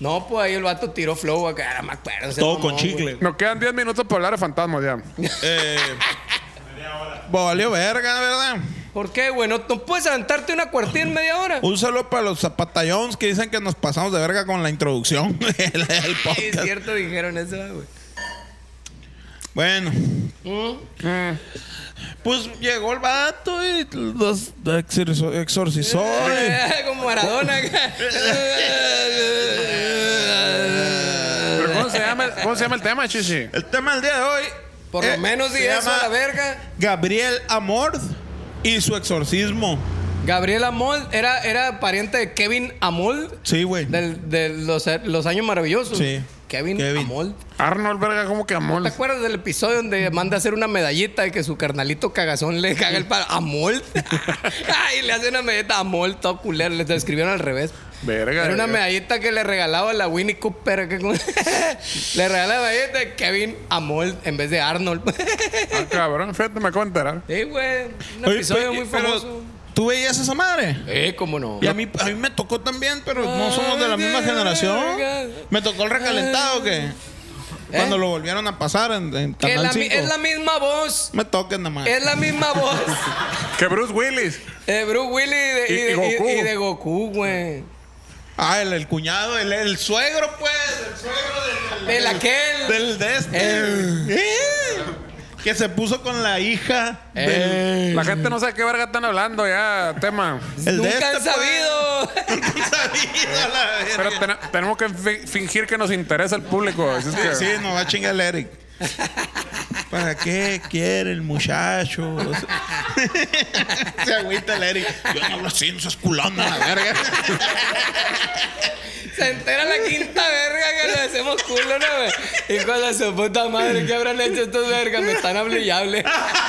No, pues ahí el vato tiró flow acá, no me acuerdo. se Todo mamó, con chicle. güey. Nos quedan diez minutos para hablar de fantasmas ya. Eh, pues valió verga, ¿verdad? ¿Por qué, güey? ¿No, no puedes aventarte una cuartilla en media hora? Un saludo para los zapatallons que dicen que nos pasamos de verga con la introducción del del Es podcast. cierto, dijeron eso, güey. Bueno, Mm. pues llegó el vato y los exorcizó. exorcizó y- Como Maradona. ¿Pero cómo se llama, el- cómo se llama el tema, Chichi? El tema del día de hoy. Por eh, lo menos di se eso llama a la verga. Gabriel Amorth y su exorcismo. Gabriel Amol era, era pariente de Kevin Amol Sí, güey. del, de los, los años maravillosos. Sí. Kevin, Kevin. Amol. Arnold, verga, ¿cómo que amor? ¿Te acuerdas del episodio donde manda a hacer una medallita y que su carnalito cagazón le caga el palo? Amol. Ay, le hace una medallita a Amol, todo culero. Le escribieron al revés. Verga. Era una verga. medallita que le regalaba a la Winnie Cooper. Que le regalaba la medallita de Kevin Amol en vez de Arnold. Ah, cabrón, fíjate, me acabo de enterar. Sí, güey. Un Oye, episodio pe- muy pero, famoso. ¿tú veías esa madre? Eh, cómo no. Y a mí, a mí me tocó también, pero no somos de la misma generación. Me tocó el recalentado que cuando lo volvieron a pasar en, en Que Canal la mi- cinco. es la misma voz. Me toquen nada más. Es la misma voz. Que Bruce Willis. De Bruce Willis y de, Y- y de- y Goku. y- y de Goku, güey. Ah, el, el cuñado, el, el suegro, pues. El suegro del... El aquel. Del de este. El- Eh, que se puso con la hija del... Eh, La gente no sabe qué verga están hablando ya, tema. el de Nunca este, han pues. sabido. Nunca han sabido, la verga. Pero ten- tenemos que fi- fingir que nos interesa el público. Así es que- Sí, nos va a chingar el Eric. ¿Para qué quiere el muchacho? Se agüita el Eric. Yo no hablo así, no seas culón, la verga. Se entera la quinta verga que le hacemos culo, ¿no, güey? Hijo de su puta madre, ¿qué habrán hecho estos vergas? Me están hable y hable.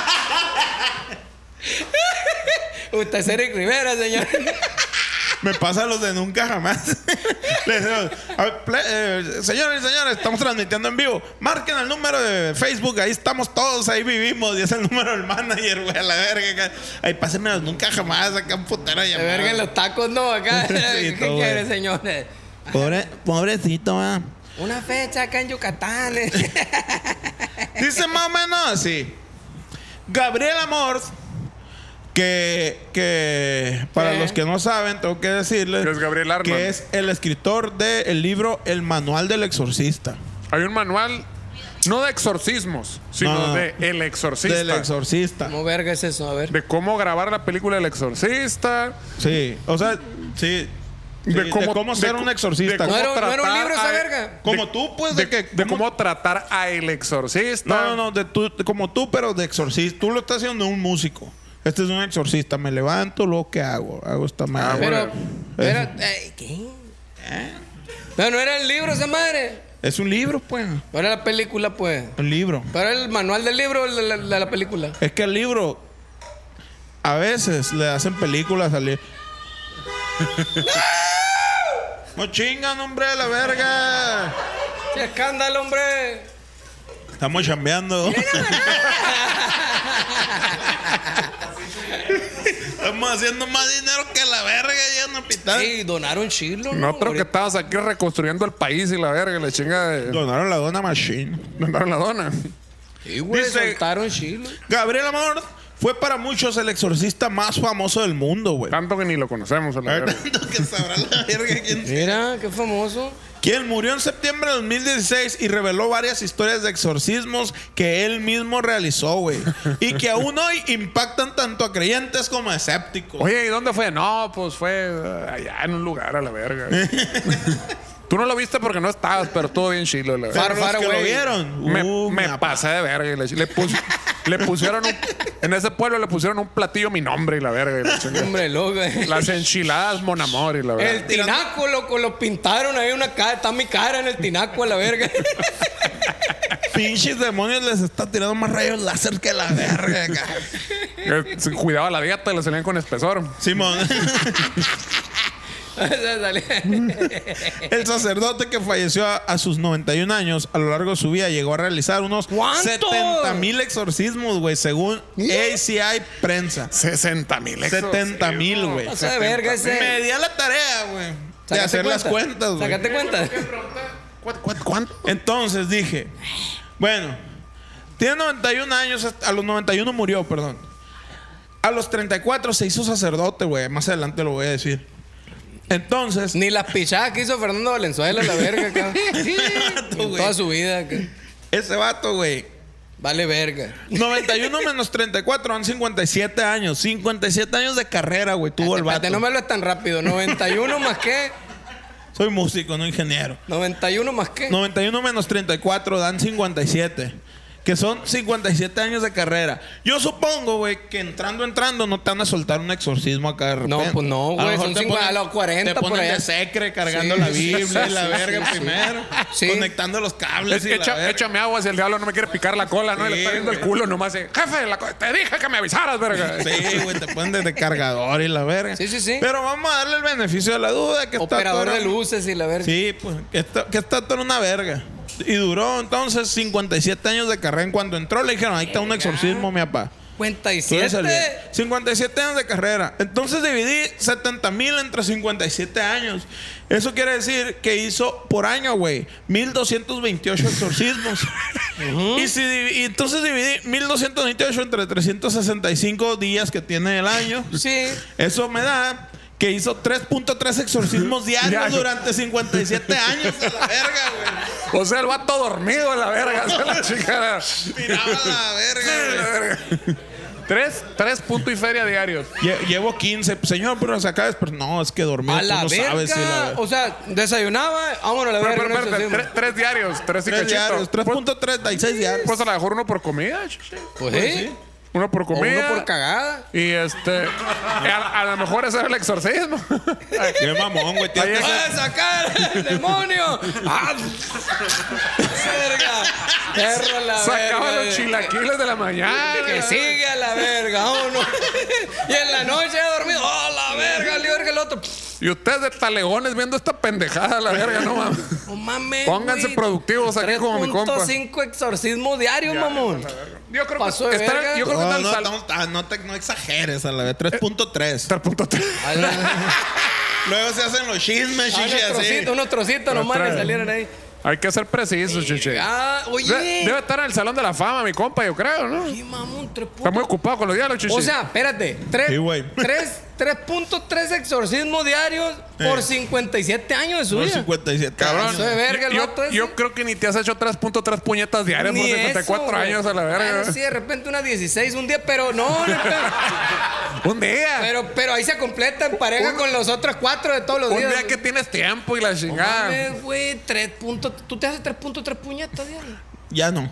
Usted es Eric Rivera, señor. Me pasa los de nunca jamás. Les digo, a ver, ple- eh, señores y señores, estamos transmitiendo en vivo. Marquen el número de Facebook, ahí estamos todos, ahí vivimos. Y es el número del manager, güey, a la verga. Acá. Ahí pásenme los nunca jamás, acá un putero De llamado. verga en los tacos, ¿no? Acá. Sí, ¿Qué todo, quiere, güey. señores? Pobre, pobrecito, va. Una fecha acá en Yucatán. Dice más o menos así. Gabriel Amorth, que, que para ¿Qué? los que no saben, tengo que decirles Que es Gabriel Arnold. que es el escritor del libro El Manual del Exorcista. Hay un manual, no de exorcismos, sino No, no. de El Exorcista. Del Exorcista. ¿Cómo verga es eso? A ver. De cómo grabar la película El Exorcista. Sí, o sea, sí. Sí, De de cómo- cómo, de ser co- un exorcista. de ¿No cómo era, ¿no era un tratar libro esa a- verga? Como de- tú, pues, de, de, que... de cómo tratar a El Exorcista. No, no, no, de tú, de como tú, pero de exorcista. Tú lo estás haciendo de un músico. Este es un exorcista. Me levanto, luego ¿qué hago? Hago esta madre. Pero, Eso. era, eh, ¿qué? Pero no era el libro esa madre. Es un libro, pues. No era la película, pues. Un libro. Pero era el manual del libro de la, de la película. Es que el libro a veces le hacen películas al libro. No chingan, hombre, la verga. ¡Qué escándalo, hombre! Estamos chambeando. Estamos haciendo más dinero que la verga ya en el hospital. Sí, donaron chilo, ¿no? Nosotros que Ahorita- estabas aquí reconstruyendo el país y la verga, la chinga de. Donaron la dona machine. Donaron la dona. Sí, güey, Dice- soltaron chilo. Gabriel Amorth fue para muchos el exorcista más famoso del mundo, güey. Tanto que ni lo conocemos a la verga. Tanto que sabrá la verga quién Mira, qué famoso. quien murió en septiembre de dos mil dieciséis y reveló varias historias de exorcismos que él mismo realizó, güey. Y que aún hoy impactan tanto a creyentes como a escépticos. Oye, ¿y dónde fue? No, pues fue eh, allá en un lugar a la verga. Tú no lo viste porque no estabas, pero estuvo bien chilo, la Pero verga. los Far, far que lo away. vieron. Me, uh, me mi papá. pasé de verga. Y le, le, pus- le pusieron un, en ese pueblo le pusieron un platillo mi nombre y la verga. Y la chingada. Hombre, loco. Las enchiladas Mon Amor y la verga. El tinaco, loco, lo pintaron ahí una cara. Está mi cara en el tinaco a la verga. Pinches demonios les está tirando más rayos láser que la verga. acá. Eh, se Cuidaba la dieta y le salían con espesor. Simón. El sacerdote que falleció a, a sus noventa y un años a lo largo de su vida llegó a realizar unos ¿Cuánto? setenta mil exorcismos, güey, según A C I Prensa. sesenta mil setenta mil, güey. Pasa de verga ese. Me di a la tarea, güey. de hacer las cuentas, güey. Sácate cuenta. ¿Cuánto? ¿Cuánto? ¿Cuánto? Entonces dije, bueno, tiene noventa y un años, a los noventa y uno murió, perdón. A los treinta y cuatro se hizo sacerdote, güey. Más adelante lo voy a decir. Entonces... Ni las pichadas que hizo Fernando Valenzuela, la verga, cabrón. En toda su vida, cabrón. Ese vato, güey. Vale verga. noventa y uno menos treinta y cuatro dan cincuenta y siete años. cincuenta y siete años de carrera, güey. Tuvo el vato. Espérate, no me lo es tan rápido. noventa y uno más qué. Soy músico, no ingeniero. noventa y uno más qué. noventa y uno menos treinta y cuatro dan cincuenta y siete. Que son cincuenta y siete años de carrera. Yo supongo, güey, que entrando, entrando no te van a soltar un exorcismo acá de repente. No, pues no, A lo güey. mejor Son te cincuenta, ponen- a los cuarenta Te por ponen allá. de secre cargando Sí, la sí, Biblia y la sí, verga sí, sí. primero. Sí. Conectando los cables y la Echa- verga. échame agua si el diablo no me quiere picar la cola, ¿no? Sí, Le está viendo el güey. culo nomás. eh, Jefe, la co- te dije que me avisaras, verga. Sí, güey, te ponen desde cargador y la verga. Sí, sí, sí. Pero vamos a darle el beneficio de la duda que está Operador todo- de luces y la verga. Sí, pues, que está, que está toda una verga. Y duró entonces cincuenta y siete años de carrera. En cuando entró le dijeron, ahí está un exorcismo, mi papá. cincuenta y Tú eres el bien. siete. cincuenta y siete años de carrera. Entonces dividí setenta mil entre cincuenta y siete años. Eso quiere decir que hizo por año, güey, mil doscientos veintiocho exorcismos. Y si divi- y entonces dividí mil doscientos veintiocho entre trescientos sesenta y cinco días que tiene el año. Sí. Eso me da que hizo tres punto tres exorcismos diarios Diario. durante cincuenta y siete años. A la verga, güey. O sea, el vato dormido en la verga. Se la chingada. Tiraba la verga, güey. Tres, tres punto y feria diarios. Lle- Llevo quince. Señor, pero se acaba de desper- No, es que dormí. A tú la no verga. sabes si la O sea, desayunaba. Vámonos a la Pero, verga. pero, un espérate, exorcismo. tres, tres diarios, tres y Tres cachito. diarios. tres punto treinta y seis diarios. Pues a lo mejor uno por comida, chiche. Pues Pues sí. sí. Uno por O comida. uno por cagada. Y este. A, a lo mejor ese era el exorcismo. Qué mamón, güey. Tienes Ahí que es- ser- ¡Ah, sacar el demonio! ¡Ah! ¡Verga! ¡Perro a la Sacaba verga! los chilaquiles de la mañana. Que sigue a la verga, vámonos. Y en la noche ya dormido. ¡Oh, la verga! ¡Le verga el otro! Y ustedes de talegones viendo esta pendejada, la verga, no mames. No mames. Pónganse güey. productivos aquí como mi compa. tres punto cinco exorcismos diarios, mamón. Yo creo Pasó que de está, verga. yo creo que No, está el no, sal. estamos- ah, no, te- no exageres a la vez. tres punto tres. Está el punto tres. A la- Luego se hacen los chismes, a chichi, unos así. trocitos, unos trocitos nomás le trae. salieron ahí. Hay que ser precisos, chiche. Ah, oye. De- debe estar en el Salón de la Fama, mi compa, yo creo, ¿no? Sí, mamón, tres Está muy puntos. ocupado con los diálogos, chiche. O sea, espérate. Tres, Sí, güey. tres, tres punto tres exorcismos diarios por Eh. cincuenta y siete años de su Por vida. cincuenta y siete. cabrón. Eso de verga el yo, vato ese. yo creo que ni te has hecho tres punto tres puñetas diarias por Ni cincuenta y cuatro eso, güey. años a la verga. Bueno, sí, de repente una dieciséis un día, pero no. no, Un día. pero, pero ahí se completa en pareja Un- con los otros cuatro de todos los un días. día que tienes tiempo y la chingada. Mames, güey, tres puntos. Tú te haces tres punto tres puñetas diario. Ya no.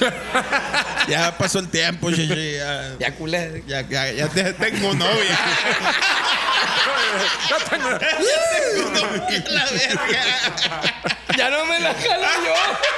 Ya pasó el tiempo, chichi. Ya, Ya culé. ya, ya, ya te- tengo novia. Ya tengo- Tengo novia, la verga. Ya no me la jalo yo.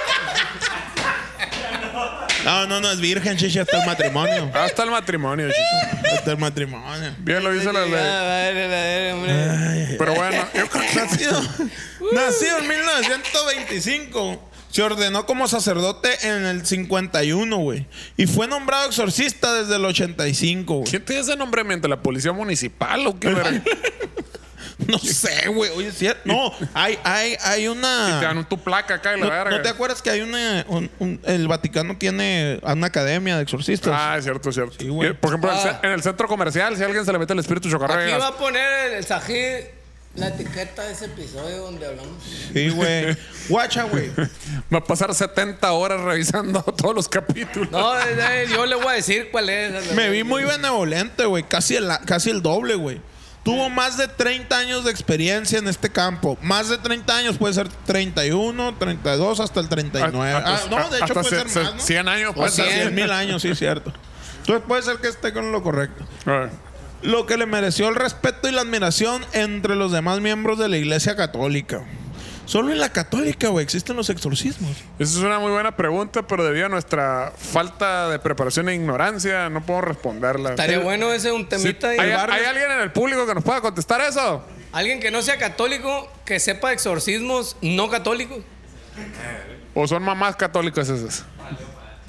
No, no, no, es virgen, chichi, hasta el matrimonio. Hasta el matrimonio, chiche. Hasta el matrimonio. Bien lo dice la ley. Ah, vale, la verga, hombre. Pero bueno, yo creo que Nacido, nacido en mil novecientos veinticinco. Se ordenó como sacerdote en el cincuenta y uno, güey. Y fue nombrado exorcista desde el ochenta y cinco, güey. ¿quién tiene ese nombramiento? ¿La policía municipal o qué verga? No sé, güey. Oye, es cierto. No, hay, hay, hay Te una. dan tu placa acá y la ¿No, verga. ¿no te acuerdas que hay una. un- un- el Vaticano tiene una academia de exorcistas? Ah, es cierto, es cierto. Sí, güey. Y, por ejemplo, en el Ah. ce- en el centro comercial, si a alguien se le mete el espíritu Aquí chocarregas. va a poner el, el Sají la etiqueta de ese episodio donde hablamos. Sí, güey. Guacha, güey. Va a pasar setenta horas revisando todos los capítulos. No, eh, eh, yo le voy a decir cuál es. Me vi muy benevolente, güey. Casi el, casi el doble, güey. Tuvo más de treinta años de experiencia en este campo. Más de treinta años, puede ser treinta y uno, treinta y dos, hasta el treinta y nueve. Hasta- Ah, no, de hecho hasta puede ce- ser más, ¿no? cien años, puede Hasta ser. cien mil años, sí, cierto. Entonces puede ser que esté con lo correcto. A ver. Lo que le mereció el respeto y la admiración entre los demás miembros de la Iglesia Católica. Solo en la católica, güey, existen los exorcismos. Esa es una muy buena pregunta, pero debido a nuestra falta de preparación e ignorancia, no puedo responderla. Estaría Sí. bueno ese un Sí. temita ahí. ¿Hay, barrio. hay alguien en el público que nos pueda contestar eso? Alguien que no sea católico, que sepa exorcismos no católicos. ¿O son mamás católicas esas?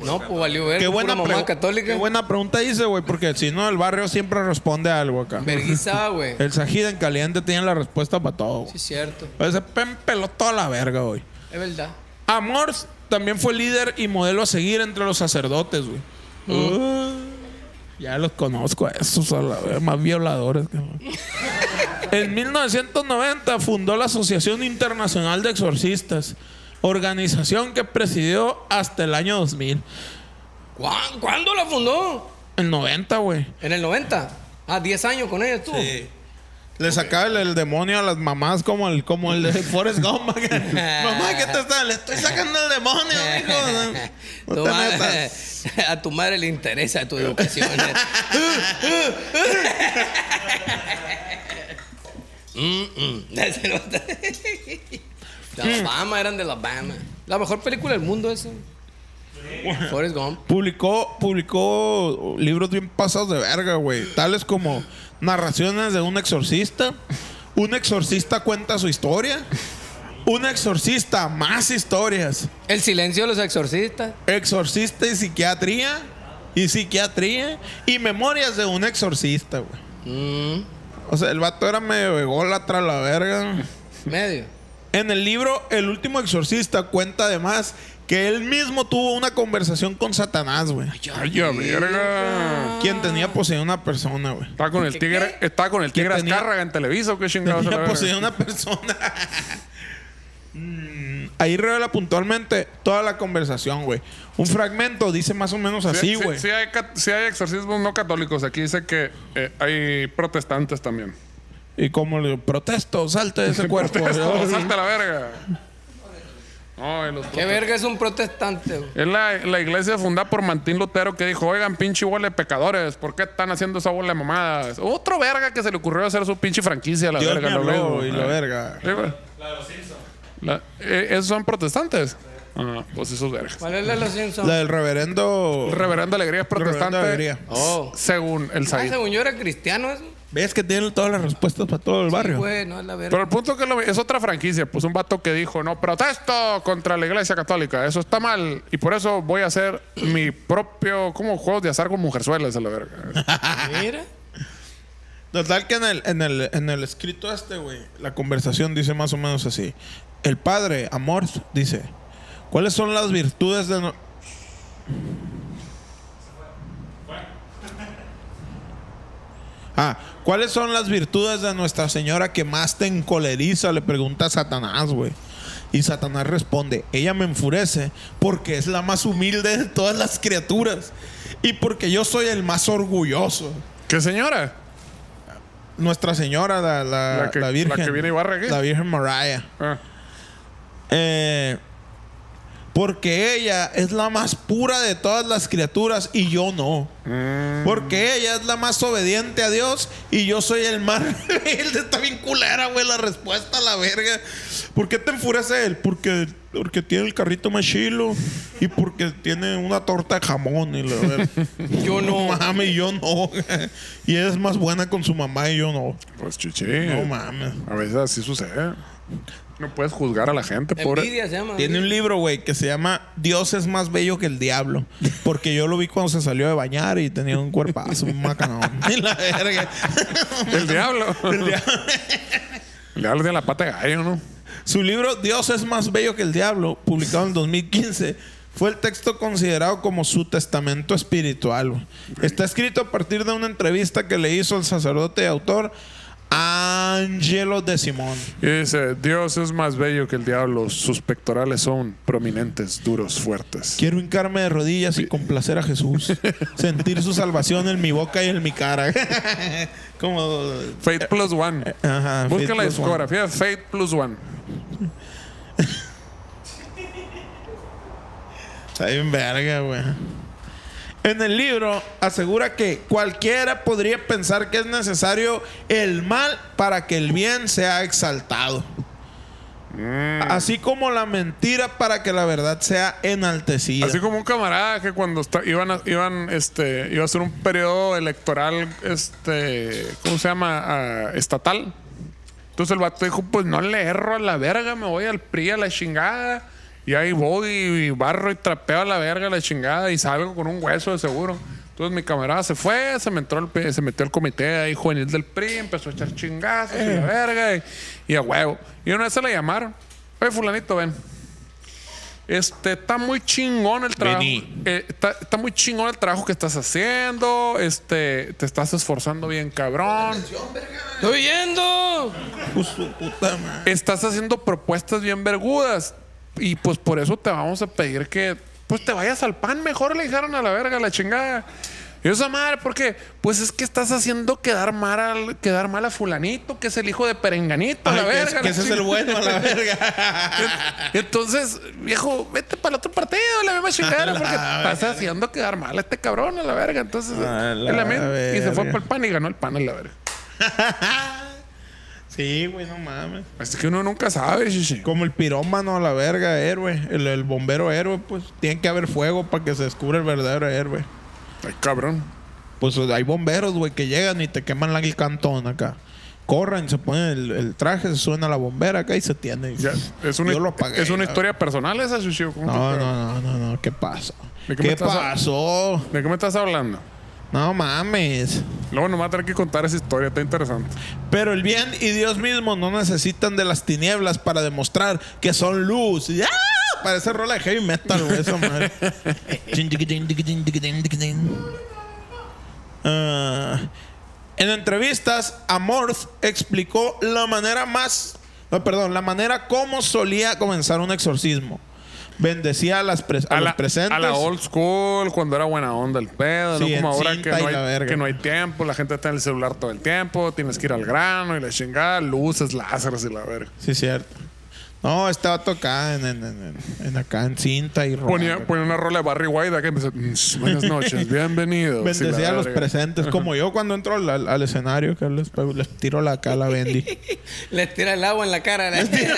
No, pues valió ver. Qué buena, mamá pregu- católica. qué buena pregunta hice, güey, porque si no, el barrio siempre responde algo acá. Verguiza, güey. El Sajid en caliente tiene la respuesta para todo. Sí, es cierto. Ese pen peló toda la verga, güey. Es verdad. Amors también fue líder y modelo a seguir entre los sacerdotes, güey. Uh, ya los conozco a esos, a la vez, más violadores. cabrón. En mil novecientos noventa fundó la Asociación Internacional de Exorcistas, organización que presidió hasta el año dos mil. ¿Cuán- ¿Cuándo la fundó? El noventa, güey. En el noventa. Ah, diez años con ella estuvo. Sí. Le sacaba el, el demonio a las mamás como el, como el de Forrest Gump. Mamá, ¿qué te está? Le estoy sacando el demonio, hijo. No Tu te madre- metas. a tu madre le interesa tu educación. Mm, mm. De Alabama, eran de Alabama. La mejor película del mundo esa. Forrest Gump. Publicó, publicó libros bien pasados de verga, güey. Tales como Narraciones de un exorcista. Un exorcista cuenta su historia. Un exorcista, más historias. El silencio de los exorcistas. Exorcista y psiquiatría. Y psiquiatría. Y memorias de un exorcista, güey. Mm, O sea, el vato era medio ególatra, la verga. medio. En el libro El último exorcista cuenta además que él mismo tuvo una conversación con Satanás, güey. Ay, ya, verga. Quien tenía poseído una persona, güey. Está con el ¿Qué, tigre, qué? está con el tigre tenía- Azcárraga en Televisa, ¿o qué chingados? a la Tenía verga? poseído una persona. Mm, Ahí revela puntualmente toda la conversación, güey. Un fragmento dice más o menos así, Sí, sí, güey. sí hay, cat- sí hay exorcismos no católicos. Aquí dice que eh, hay protestantes también. Y como le protesto, salte de ese cuerpo. Protesto, salte a la verga. No, y los ¿Qué verga es un protestante, güey? Es la, la iglesia fundada por Martín Lutero que dijo, oigan, pinche bola de pecadores, ¿por qué están haciendo esa bola de mamadas? Otro verga que se le ocurrió hacer su pinche franquicia a la Dios verga. me lo habló mismo. y la Eh. verga. Sí, güey. La de los Simpsons. ¿Esos son protestantes? Ah, pues esos vergas. ¿Cuál es la de los Simpsons? La del reverendo. El reverendo Alegría es protestante Reverendo Alegría. Oh. según el Ah, Said. según yo era cristiano eso. ¿Ves que tiene todas las respuestas para todo el barrio? Güey, no es la verga. Pero el punto es que lo- es otra franquicia. Pues un vato que dijo, no, protesto contra la iglesia católica. Eso está mal. Y por eso voy a hacer mi propio, como juegos de azar con mujerzuelas a la verga. Mira. Total que en el, en el, en el escrito este, güey, la conversación dice más o menos así. El padre, Amor, dice, ¿cuáles son las virtudes de... no-? Ah, ¿cuáles son las virtudes de Nuestra Señora que más te encoleriza? Le pregunta a Satanás, güey. Y Satanás responde, ella me enfurece porque es la más humilde de todas las criaturas y porque yo soy el más orgulloso. ¿Qué señora? Nuestra Señora, la, la, La que- la Virgen. la que viene y barre aquí. La Virgen Mariah. Ah. Eh, porque ella es la más pura de todas las criaturas y yo no. Mm. Porque ella es la más obediente a Dios y yo soy el más rebelde. Está bien culera, güey, la respuesta a la verga. ¿Por qué te enfurece él? Porque, porque tiene el carrito más chilo y porque tiene una torta de jamón. Y la verga. Yo no. Mames, y yo no. Y ella es más buena con su mamá y yo no. Pues chichi. No mames. A veces así sucede. No puedes juzgar a la gente, pobre. Envidia se llama. Tiene un libro, güey, que se llama Dios es más bello que el diablo. Porque yo lo vi cuando se salió de bañar y tenía un cuerpazo, un macanón. Y la verga. El diablo. El diablo. El diablo tiene la pata de gallo, ¿no? Su libro Dios es más bello que el diablo, publicado en dos mil quince, fue el texto considerado como su testamento espiritual, güey. Está escrito a partir de una entrevista que le hizo el sacerdote y autor Angelo de Simón. Y dice, Dios es más bello que el diablo. Sus pectorales son prominentes, duros, fuertes. Quiero hincarme de rodillas y complacer a Jesús. Sentir su salvación en mi boca y en mi cara. Como... Fate Plus One. Ajá, Busca Fate la Plus discografía de Fate Plus One. Está bien verga, güey. En el libro asegura que cualquiera podría pensar que es necesario el mal para que el bien sea exaltado. Así como la mentira para que la verdad sea enaltecida. Así como un camarada que cuando está- iban, a, iban este, iba a ser un periodo electoral, este, ¿cómo se llama? Ah, estatal. Entonces el vato dijo, pues no le erro a la verga, me voy al P R I a la chingada. Y ahí voy y barro y trapeo a la verga la chingada y salgo con un hueso de seguro. Entonces mi camarada se fue, se metió el, se metió al comité ahí juvenil del P R I, empezó a echar chingazos y la verga y, y a huevo. Y una vez se le llamaron. Oye, fulanito, ven. Este, está muy chingón el trabajo. Eh, está, está muy chingón el trabajo que estás haciendo. Este, te estás esforzando bien, cabrón. ¡Estoy viendo! Pues su puta madre. Estás haciendo propuestas bien vergudas. Y pues por eso te vamos a pedir que pues te vayas al P A N mejor, le dijeron a la verga, la chingada. Y esa madre, porque pues es que estás haciendo quedar mal, al, quedar mal a fulanito, que es el hijo de Perenganito, a la Ay, verga. Que, es, que ese es el bueno, a la verga. Entonces, viejo, vete para el otro partido, la misma chingada, porque estás haciendo quedar mal a este cabrón, a la verga. Entonces, A la es la misma. Y se fue verga. para el P A N y ganó el P A N, a la verga. Sí, güey, no mames. Así que uno nunca sabe, chichi. Como el pirómano a la verga, héroe. El, el bombero héroe, pues tiene que haber fuego para que se descubra el verdadero héroe. Ay, cabrón. Pues hay bomberos, güey, que llegan y te queman el cantón acá. Corren, se ponen el, el traje, se suena la bombera acá y se tiene. Ya, es una, Yo lo apagué, es una ya. historia personal esa, Chuchi. ¿Cómo No, te- no, no, no, no. ¿Qué pasó? ¿De qué me ¿Qué estás a- pasó? ¿De qué me estás hablando? No mames. Luego nos va a tener que contar esa historia, está interesante. Pero el bien y Dios mismo no necesitan de las tinieblas para demostrar que son luz. ¡Ah! Parece rola de heavy metal, güey, esa madre. Ah, en entrevistas, Amorth explicó la manera más... No, perdón, la manera como solía comenzar un exorcismo. Bendecía a, las pres- a, A los la, presentes. a la old school, cuando era buena onda el pedo, Sí, no como en ahora que cinta y no, la hay, verga. que no hay tiempo, la gente está en el celular todo el tiempo, tienes que ir al grano y la chingada, luces, láseres y la verga. Sí, cierto. No, estaba acá en, en, en, en acá en cinta y Ponía, rolando. ponía una rola de Barry White acá y empezó, "Mm, buenas noches, bienvenidos. y la Bendecía a los verga. presentes, como yo cuando entro al, al- al escenario, que les, les tiro la cara a la Bendy. Les tira el agua en la cara. Les tiro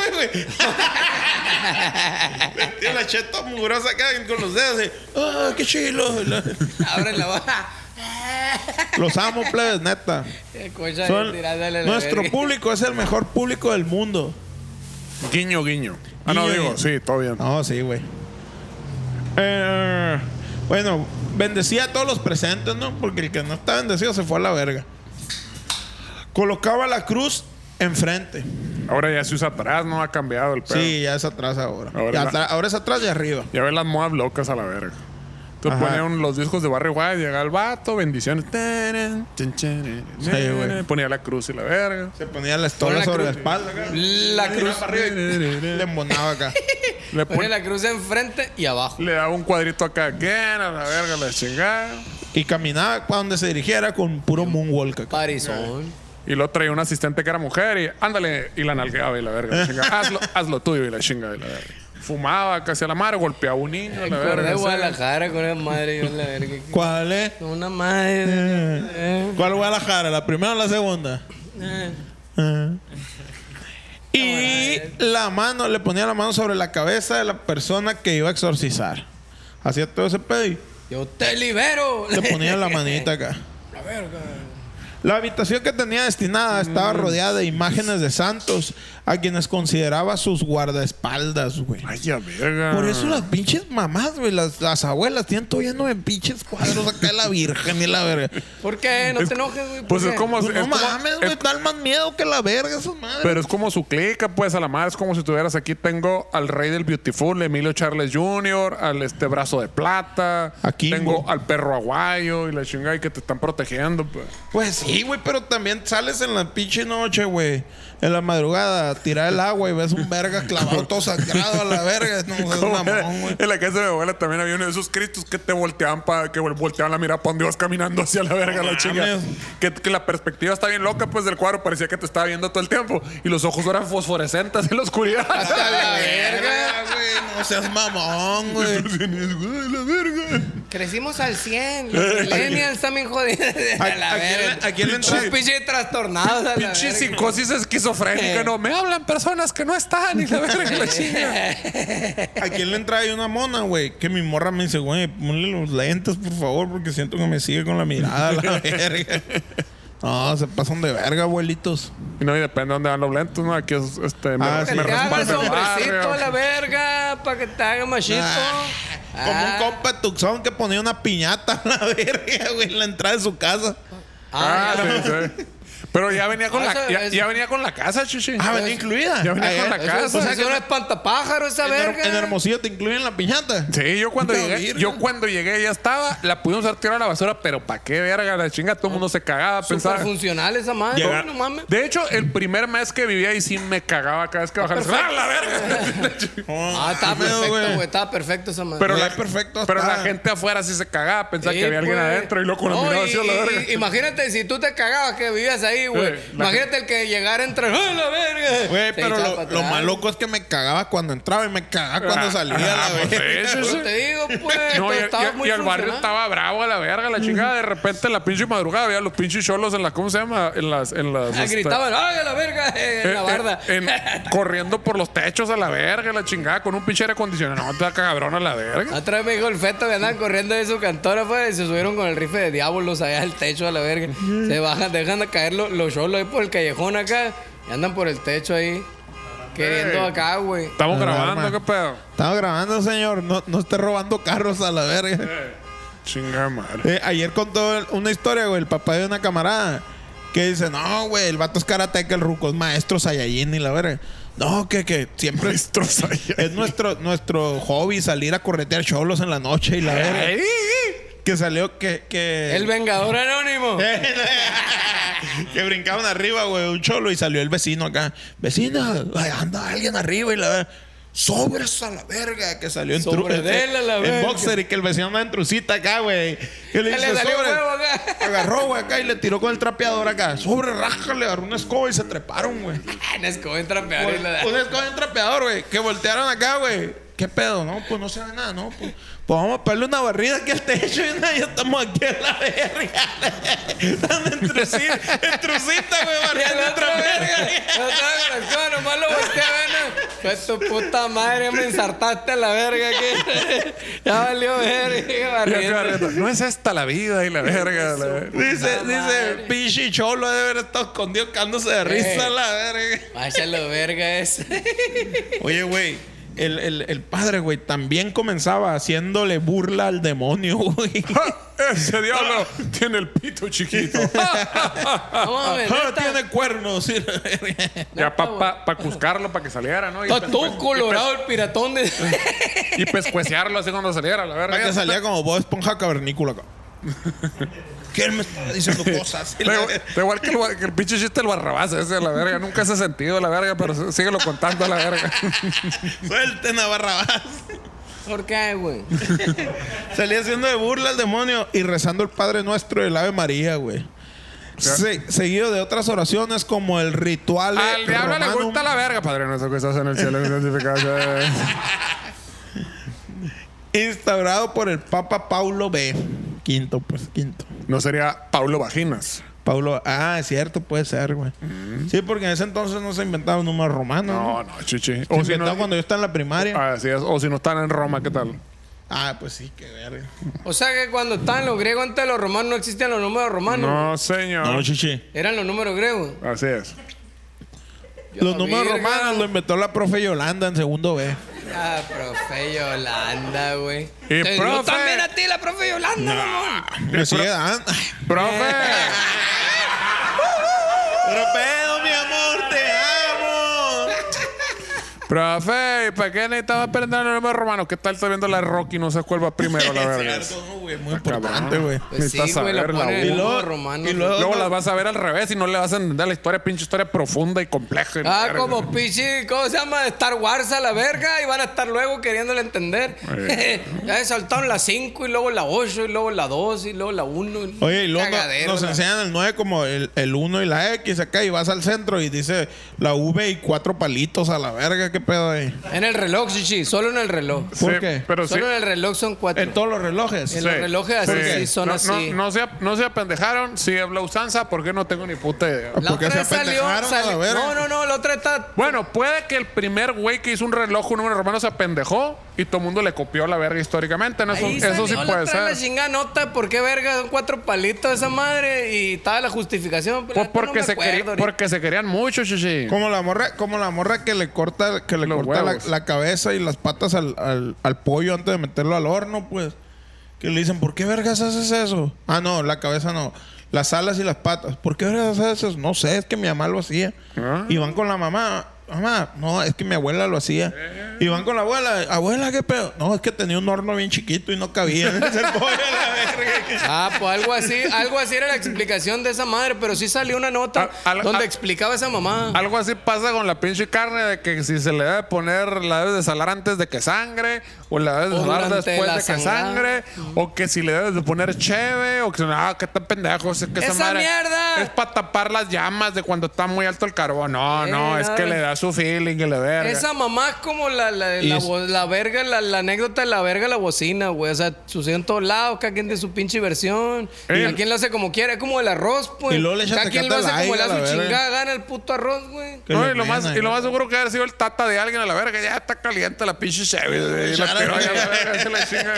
la cheta mugrosa acá con los dedos. Y, ¡ah, qué chilo! Abre la boca. Los amo, plebes, neta. Escucha, Son- tirándole la nuestro verga. público es el mejor público del mundo. Guiño, guiño. Ah, no, Guiño, digo, guiño. sí, todo bien. No, sí, güey. Eh, bueno, bendecía a todos los presentes, ¿no? Porque el que no está bendecido se fue a la verga. Colocaba la cruz enfrente. Ahora ya se usa atrás, no ha cambiado el pedo. Sí, ya es atrás ahora. Ahora Ya la- atra- ahora es atrás y arriba. Ya ves las modas locas a la verga. Entonces Ajá. ponían los discos de Barry White, llegaba el vato, bendiciones. Taran, chan, chan, Sí, taran, güey. Ponía la cruz y la verga. Se ponía la estola Pon la sobre la cruz. espalda. Acá. La cruz. Para arriba y le embonaba acá. Le, Pone pon- la cruz enfrente y abajo. le daba un cuadrito acá, again, a la verga, la chingada. Y caminaba para donde se dirigiera con puro moonwalk acá. Parizón. Y luego traía un asistente que era mujer y ándale, y la nalgueaba y la verga, la chingada. Hazlo, hazlo tuyo y la chingada y la verga. Fumaba casi a la madre, golpeaba a un niño, la Acordé verga. de ¿sí? Guadalajara con esa madre. Yo la verga. ¿Cuál es? Una madre. eh, ¿Cuál Guadalajara? ¿La primera o la segunda? eh. Ah. Y la mano, le ponía la mano sobre la cabeza de la persona que iba a exorcizar. Hacía todo ese pedo y Yo te libero. le ponía la manita acá. La verga. La habitación que tenía destinada estaba rodeada de imágenes de santos a quienes consideraba sus guardaespaldas, güey. Ay, ya verga. Por eso las pinches mamás, güey, las, las abuelas tienen todo lleno de pinches cuadros acá de la Virgen y la verga. ¿Por qué? No te enojes, güey. ¿por Pues es qué? como. Pues es no como- mames, güey, es- dan más miedo que la verga esas madres. Pero es como su clica, pues, a la madre. Es como si tuvieras aquí, tengo al rey del Beautiful, Emilio Charles junior, al este brazo de plata. Aquí, tengo güey. al perro aguayo y la chingada y que te están protegiendo, pues. Pues sí, güey, pero también sales en la pinche noche, güey. En la madrugada a tirar el agua y ves un verga clavado todo sagrado a la verga. No, es Como mamón, era- güey. en la casa de mi abuela también había uno de esos cristos que te volteaban para que volteaban la mirada para donde ibas caminando hacia la verga, la chinga. mames. Que, que la perspectiva está bien loca, pues del cuadro parecía que te estaba viendo todo el tiempo y los ojos eran fosforescentes en la oscuridad. Hasta la verga, güey. No seas mamón, güey. la verga. Crecimos al cien. Los millennials también jodidos. A la ¿A quién verga. le- a quién le entra- Un pinche trastornado. a la Pinche verga. psicosis esquizofrénica, no me hablan personas que no están y la verga la chinga. ¿A quién le entra ahí una mona, güey? Que mi morra me dice, güey, ponle los lentes, por favor, porque siento que me sigue con la mirada a la verga. No, se pasan de verga, abuelitos. Y no, y depende de dónde van los lentes, ¿no? Aquí es, este, Ah, me, sí. me Que te haga respalda el sombrecito barrio. a la verga. para que te haga machito. Ah, como un compa de Tucson que ponía una piñata a la verga, güey, en la entrada de su casa. Ah, sí, sí. Pero ya venía con Ah, la eso- ya, eso- ya venía con la casa, chichi. Ah, venía incluida. Ya venía Ah, con la eso- casa. Eso, O pues sea es que un espantapájaro esa En, verga. Her- en Hermosillo te incluyen la piñata. Sí, yo cuando Puta llegué, virgen. yo cuando llegué ya estaba, la pudimos haber tirado a la basura, pero ¿para qué verga? La chinga, todo el mundo se cagaba, Súper pensaba. funcional esa madre. Llega- No mames. De hecho, el primer mes que vivía ahí sí me cagaba cada vez que bajaba. ¡Ah, la verga! Ah, estaba qué pedo, perfecto, güey. güey. Estaba perfecto esa madre. Pero, Ya la, perfecto pero está. la gente afuera sí se cagaba, pensaba Sí, que había alguien pues. adentro y loco la No, miraba y- así a la y- verga. y- Imagínate si tú te cagabas que vivías ahí, güey. Eh, la Imagínate el que llegara entre. ¡Ay, la verga! Güey, Se pero echaba lo, para lo atrás. más loco es que me cagaba cuando entraba y me cagaba cuando Ah, salía, ah, la pues verga. sí, sí, sí. Yo te digo, pues. No, y, pero estaba y- muy y el barrio funcional. estaba bravo a la verga, la chingada. De repente en la pinche madrugada había los pinches cholos en la, ¿cómo se llama? En las, en las. Ah, este, gritaban, ¡ay, a la verga! eh, En eh, la eh, barda. en- corriendo por los techos a la verga, la chingada, con un pinche aire acondicionado. No, te da cabrón a la verga. Otra vez me dijo el feto que andaban corriendo de su cantor afuera y se subieron con el rifle de diablos allá al techo a la verga. Se bajan, dejan de caer los, los cholos ahí por el callejón acá y andan por el techo ahí. Queriendo Ey. acá, güey. Estamos Alarma. grabando, ¿qué pedo? Estaba grabando, señor. No, no esté robando carros a la verga. Chingada madre. Eh, ayer contó el- una historia, güey, el papá de una camarada. Que dice, no, güey, el vato es karateca, el ruco es maestro Saiyajin y la verga. No, que, que siempre es, es nuestro, nuestro hobby salir a corretear cholos en la noche y la verga. Ay, Que salió que... que El Vengador Anónimo. que brincaban arriba, güey, un cholo y salió el vecino acá. Vecina, ay, anda alguien arriba y la verga. Sobres a la verga, que salió en, Sobre tru- de él a la en verga. boxer y que el vecino anda en trucita acá, güey. Que le Que dice, le salió "Sobre". huevo acá. Agarró, güey, acá y le tiró con el trapeador acá. Sobre, rájale, agarró una escoba y se treparon, güey. En escoba en trapear y la Una escoba y un trapeador, güey. Que voltearon acá, güey. ¿Qué pedo? No, pues no se ve nada, no. Pues, pues vamos a pegarle una barrida aquí al techo y nada, ya estamos aquí a la verga. Están en trucita, en trucita, güey, Y el barriendo otro otra verga. verga. El otro con la escoba nomás lo voltea, ¿no? Pues tu puta madre, me ensartaste a la verga aquí. Ya valió verga, y acá barriendo. arriba, no es esta la vida y la verga. la verga. Dice, Puta dice, madre. pinche cholo debe haber estado escondido cándose de risa Eh. la verga. Váyalo, verga ese. Oye, güey. El, el, el padre, güey, también comenzaba haciéndole burla al demonio, güey. Ese diablo tiene el pito chiquito. Vamos a ver. Ah, tiene cuernos. Sí, la verga. Ya para pa, pa cuscarlo, para que saliera, ¿no? Y Está pescue- todo colorado el piratón de. Y pescuecearlo así cuando saliera, la verga. Para que salía como Bob Esponja cavernícola acá. ¿Quién me está diciendo cosas? Y Da la igual, verga. da igual que, el, que el pinche chiste del barrabás ese, la verga. Nunca hace sentido, la verga, pero síguelo contando, la verga. Suelten a Barrabás. ¿Por qué, güey? Salía haciendo de burla al demonio y rezando el Padre Nuestro del Ave María, güey. Se- seguido de otras oraciones como el ritual Al diablo le romanum, gusta la verga, Padre nuestro que estás en el cielo. santificado sea. instaurado por el Papa Paulo B. Quinto, pues, quinto. No sería Paulo Vaginas. Paulo, ah, es cierto, puede ser, güey. Sí, porque en ese entonces no se inventaban números romanos. No, no, chichi. Se O si inventaban no, cuando yo estaba en la primaria. así es. O si no están en Roma, ¿qué tal? Ah, pues sí, qué verga. O sea que cuando estaban los griegos antes de los romanos no existían los números romanos. No, señor. chichi. Eran los números griegos. Así es. Los números Virga. romanos lo inventó la profe Yolanda en segundo B. Ah, profe Yolanda, güey. Y Te dio profe- también a ti la profe Yolanda, mamón. Me sigue dando. Profe. Pero pedo, mi amor, te amo. Profe, ¿y para qué necesitaba aprender el número romano? ¿Qué tal está viendo la Rocky? No sé cuál va primero, la verga. Es cierto, no, güey, muy Cabrón. importante, güey. Pues sí, Necesitas güey, lo saberla, ponen güey. en Y el luego- número romano. y luego- Luego no. las vas a ver al revés y no le vas a entender la historia, pinche historia profunda y compleja. y Ah, verga. como pichi, ¿cómo se llama? Star Wars a la verga y van a estar luego queriéndole entender. Ya se saltaron la cinco y luego la ocho y luego la dos y luego la uno. Oye, y luego no- Cagadero, nos la- enseñan el nueve como el, el uno y la X acá y vas al centro y dice la V y cuatro palitos a la verga. ¿Qué pedo ahí? En el reloj, chichi, solo en el reloj. ¿Por Sí, qué? Pero sí. Solo en el reloj son cuatro. En todos los relojes. En Sí. los relojes así Sí. sí son no, así. No, no, se, no se apendejaron. Si es la usanza, ¿por qué no tengo ni puta idea? La ¿Por qué otra se vez salió, apendejaron a la salió- verga? No, no, no, la otra está. Bueno, puede que el primer güey que hizo un reloj, un número romano, se apendejó y todo el mundo le copió la verga históricamente. ¿No? Eso, Ahí eso sí salió la puede otra vez ser. La chingada nota, ¿por qué verga? Son cuatro palitos esa madre y estaba la justificación. pero Pues la neta porque, no me se acuerdo quería- ahorita. porque se querían mucho, chichi. Como la morra, como la morra que le corta, que le Los corta la, huevos. la cabeza y las patas al, al, al pollo antes de meterlo al horno, pues. Que le dicen, ¿por qué vergas haces eso? Ah, no, la cabeza no. Las alas y las patas. ¿Por qué vergas haces eso? No sé, es que mi mamá lo hacía. Ah. Y van con la mamá. Mamá, no, es que mi abuela lo hacía. Y van con la abuela. Abuela, ¿qué pedo? No, es que tenía un horno bien chiquito y no cabía en ese pollo a la verga. Ah, pues algo así, algo así era la explicación de esa madre, pero sí salió una nota Al- al- donde al- explicaba esa mamá. Algo así pasa con la pinche carne de que si se le debe poner, la debes de salar antes de que sangre, o la debes de O salar durante después la de que sangrada. sangre, o que si le debes de poner cheve, o que si no, que tan pendejo, es que esa, ¡Esa madre mierda! es para tapar las llamas de cuando está muy alto el carbón. No, Eh, no, es no, que es- le da su feeling y le verga. Esa mamá es como la, la, Y la, es- bo- la verga, la, la anécdota de la verga, la bocina, güey. O sea, sucedió en todos lados, cada quien de su pinche versión. Eh. Cada quien lo hace como quiere, es como el arroz, pues. Y luego le echa cada quien lo tecate hace al como le da aire, su a la verga. chingada gana el puto arroz, güey. Que No, le y, lo más, mena, y lo más seguro que haber sido el tata de alguien a la verga. Ya está caliente la pinche cheve. Y la Echar a tiró la ahí a la verga. verga, se la chinga.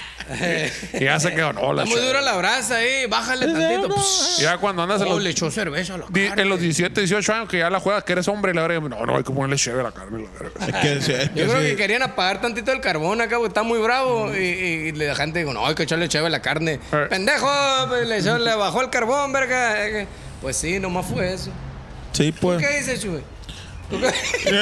Y ya se quedó, no, la Está muy cheve. dura la brasa ahí, bájale tantito. Pss. Ya cuando andas en Oh, los, le echó cerveza a la di- carne. en los diecisiete, dieciocho años que ya la juegas, que eres hombre y la verga, no, no, hay que ponerle cheve a la carne. La verga. Es que, sí, es que Yo creo sí. que querían apagar tantito el carbón acá, porque está muy bravo. Y, y- y la gente dijo, no, hay que echarle chévere a la carne. Eh. Pendejo, pues, le, echó- le bajó el carbón, verga. Eh, Pues sí, nomás fue eso. Sí, pues. ¿Qué dices, Chuy? ¿Tú qué?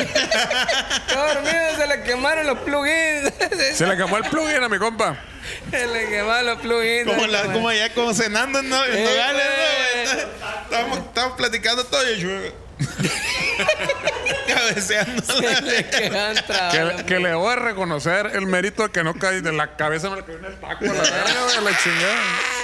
Está dormido, se le quemaron los plugins. Se le quemó el plugin a mi compa. Se le quemaron los plugins. Como, la, como allá como cenando en, no, en Eh, Nogales, güey. ¿no, güey? Estábamos, estábamos platicando todo y yo cabeceando Se le quedan trabajando. Que, que le voy a reconocer el mérito de que no caí de la cabeza, me le cayó en el taco, la verga, güey, la chingada.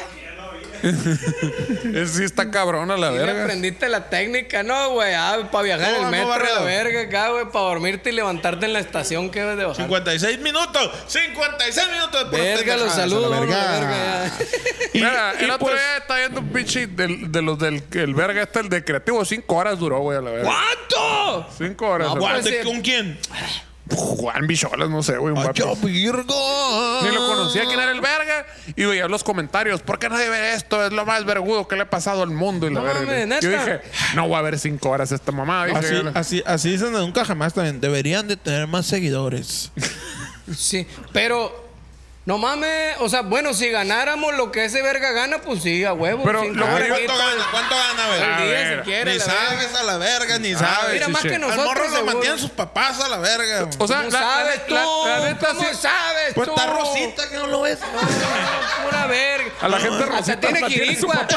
Ese sí está cabrona la Y le verga. aprendiste la técnica, ¿no, güey? Ah, para viajar No, en el no, metro, Barredo. la verga, acá, güey, para dormirte y levantarte en la estación que debes de bajar. cincuenta y seis minutos. cincuenta y seis minutos de puras Verga, los pendejadas, a la saludos, verga. la verga, ya. Y- Mira, y el otro pues- día estaba viendo un pinche del- de los del el verga este, el de creativo, cinco horas duró, güey, a la verga. ¿Cuánto? Cinco horas. No, güey. pues, ¿Guarde sí. con quién? Juan Bicholas, no sé, güey, un ¡Ay, vato. virgo! Ni lo conocía quién era el verga y veía los comentarios. ¿Por qué nadie ve esto? Es lo más vergudo que le ha pasado al mundo. Y la No verga. mames, ¿neta? Yo dije, no voy a ver cinco horas esta mamá. Dije, Así, así, así dicen de nunca jamás también. Deberían de tener más seguidores. Sí, pero no mames, o sea, bueno, si ganáramos lo que ese verga gana, pues sí, a huevo. Pero cinco lo que verguitos ¿Cuánto gana? ¿Cuánto gana, al verga? A día, ver, si quiere, Ni la verga. sabes a la verga, ni Ah, sabes. Mira, sí, más sí. que Al nosotros, morro lo seguro. mantienen sus papás a la verga. o sea, ¿Cómo la, sabes la- tú? la- la neta ¿Cómo sí. sabes Pues tú? está Rosita que no lo ves. No, pura verga. A la gente Hasta Rosita tiene la tiene su quirigua.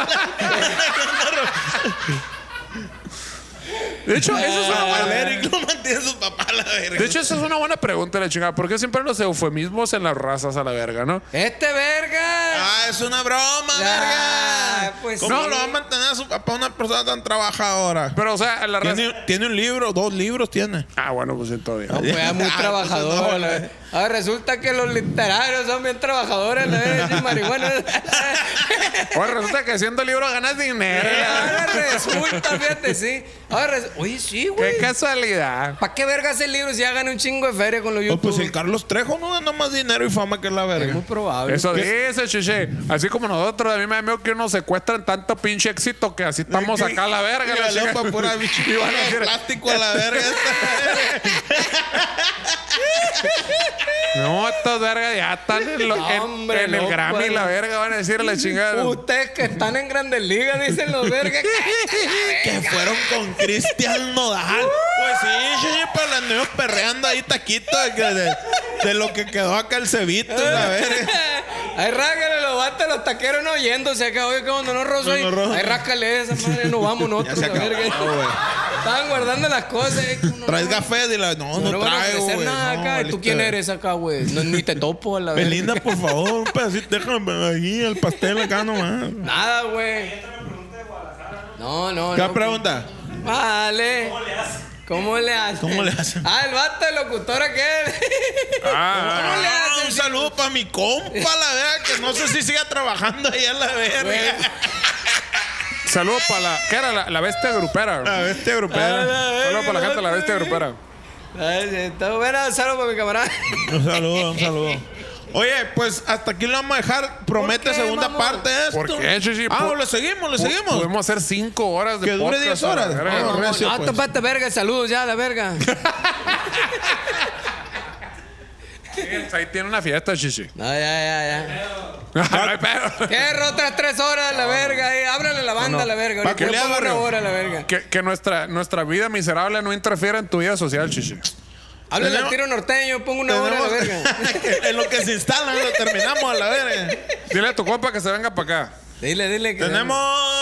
De hecho, eso es una Al buena, Eric lo mantienen sus papás a la verga. de hecho, esa es una buena pregunta, la chingada. ¿Por qué siempre los eufemismos en las razas a la verga, no? Este verga. Ah, es una broma, Ah, verga. pues ¿Cómo sí. lo va a mantener a su papá una persona tan trabajadora? Pero, o sea, en la raza. Tiene, tiene un libro, dos libros tiene. Ah, bueno, pues sí, todavía. No, pues es muy Ah, trabajador. entonces no, la- la- Ahora resulta que los literarios son bien trabajadores, la verga, marihuana. Oye, resulta que haciendo libros ganas dinero. Ahora resulta, fíjate, sí. Ahora, res- oye, sí, güey. Qué casualidad. ¿Para qué verga hace libros si ya gana un chingo de feria con los Oh, YouTube? pues el Carlos Trejo no ganó más dinero y fama que la Es verga. muy probable. Eso dice, chiche. Así como nosotros, a mí me da miedo que nos secuestran tanto pinche éxito que así estamos acá a la verga. Y la la chica. lopa pura bicho Y van a decir, plástico a la verga. no, estos vergas ya están en, lo- en- Hombre, en el no Grammy, puede. la verga, van a decir la chingada. Ustedes que están en Grandes Ligas, dicen los vergas. Que fueron con Cristian Nodal. Pues sí, chichi, pues la anduvimos perreando ahí taquito de, que- de, de lo que quedó acá el cebito y la verga. Ahí rácale los vatos, los taqueros no oyéndose acá. Oye, que cuando no rozo ahí. No, no rozo. Ahí ráscale esa madre, no vamos nosotros. Ya se la acabó, verga. güey. Estaban guardando las cosas. eh, que uno ¿Traes no- café? Dile, no, No, no, van a traigo, ofrecer güey. nada No, acá. ¿Tú valiste quién verga. eres acá, güey? No, ni te topo a la verga. Belinda, por favor, un pedacito, déjame ahí el pastel acá nomás. Nada, güey. No, no, ¿Qué no. pregunta? Vale. ¿Cómo le hacen? ¿Cómo le hacen? Ah, el vato, el locutor aquel. Ah, ¿Cómo le Ah, hacen? un saludo para mi compa, la verdad, que no sé si siga trabajando ahí en la verga. saludo para la. ¿Qué era? La, la bestia grupera. La bestia grupera. Saludo para la gente de la bestia grupera. Ay, está buena, saludo para mi camarada. Un saludo, un saludo. Oye, pues hasta aquí lo vamos a dejar. Promete ¿Por qué, segunda mamón? parte de esto. ¿Por qué, Chichi? Ah, Po- le seguimos, le Po- seguimos. Podemos hacer cinco horas de Que dure podcast, diez a la horas. verga. Vamos, No, recio, no, pues. tapate, verga, saludos ya, la verga. Ahí tiene una fiesta, Chichi. No, ya, ya, ya. No hay pedo. Cierra otras tres horas, la verga. Ahí, ábrale la banda, No, no. la verga. Pa' Ahorita que yo le pongo haga, una bro. hora, la verga. Que, que nuestra, nuestra vida miserable no interfiera en tu vida social, Chichi. Háblale al Tenemos- tiro norteño, pongo una hora, la verga. en lo que se instala, lo terminamos a la verga. Dile a tu compa que se venga para acá. Dile, dile que. Tenemos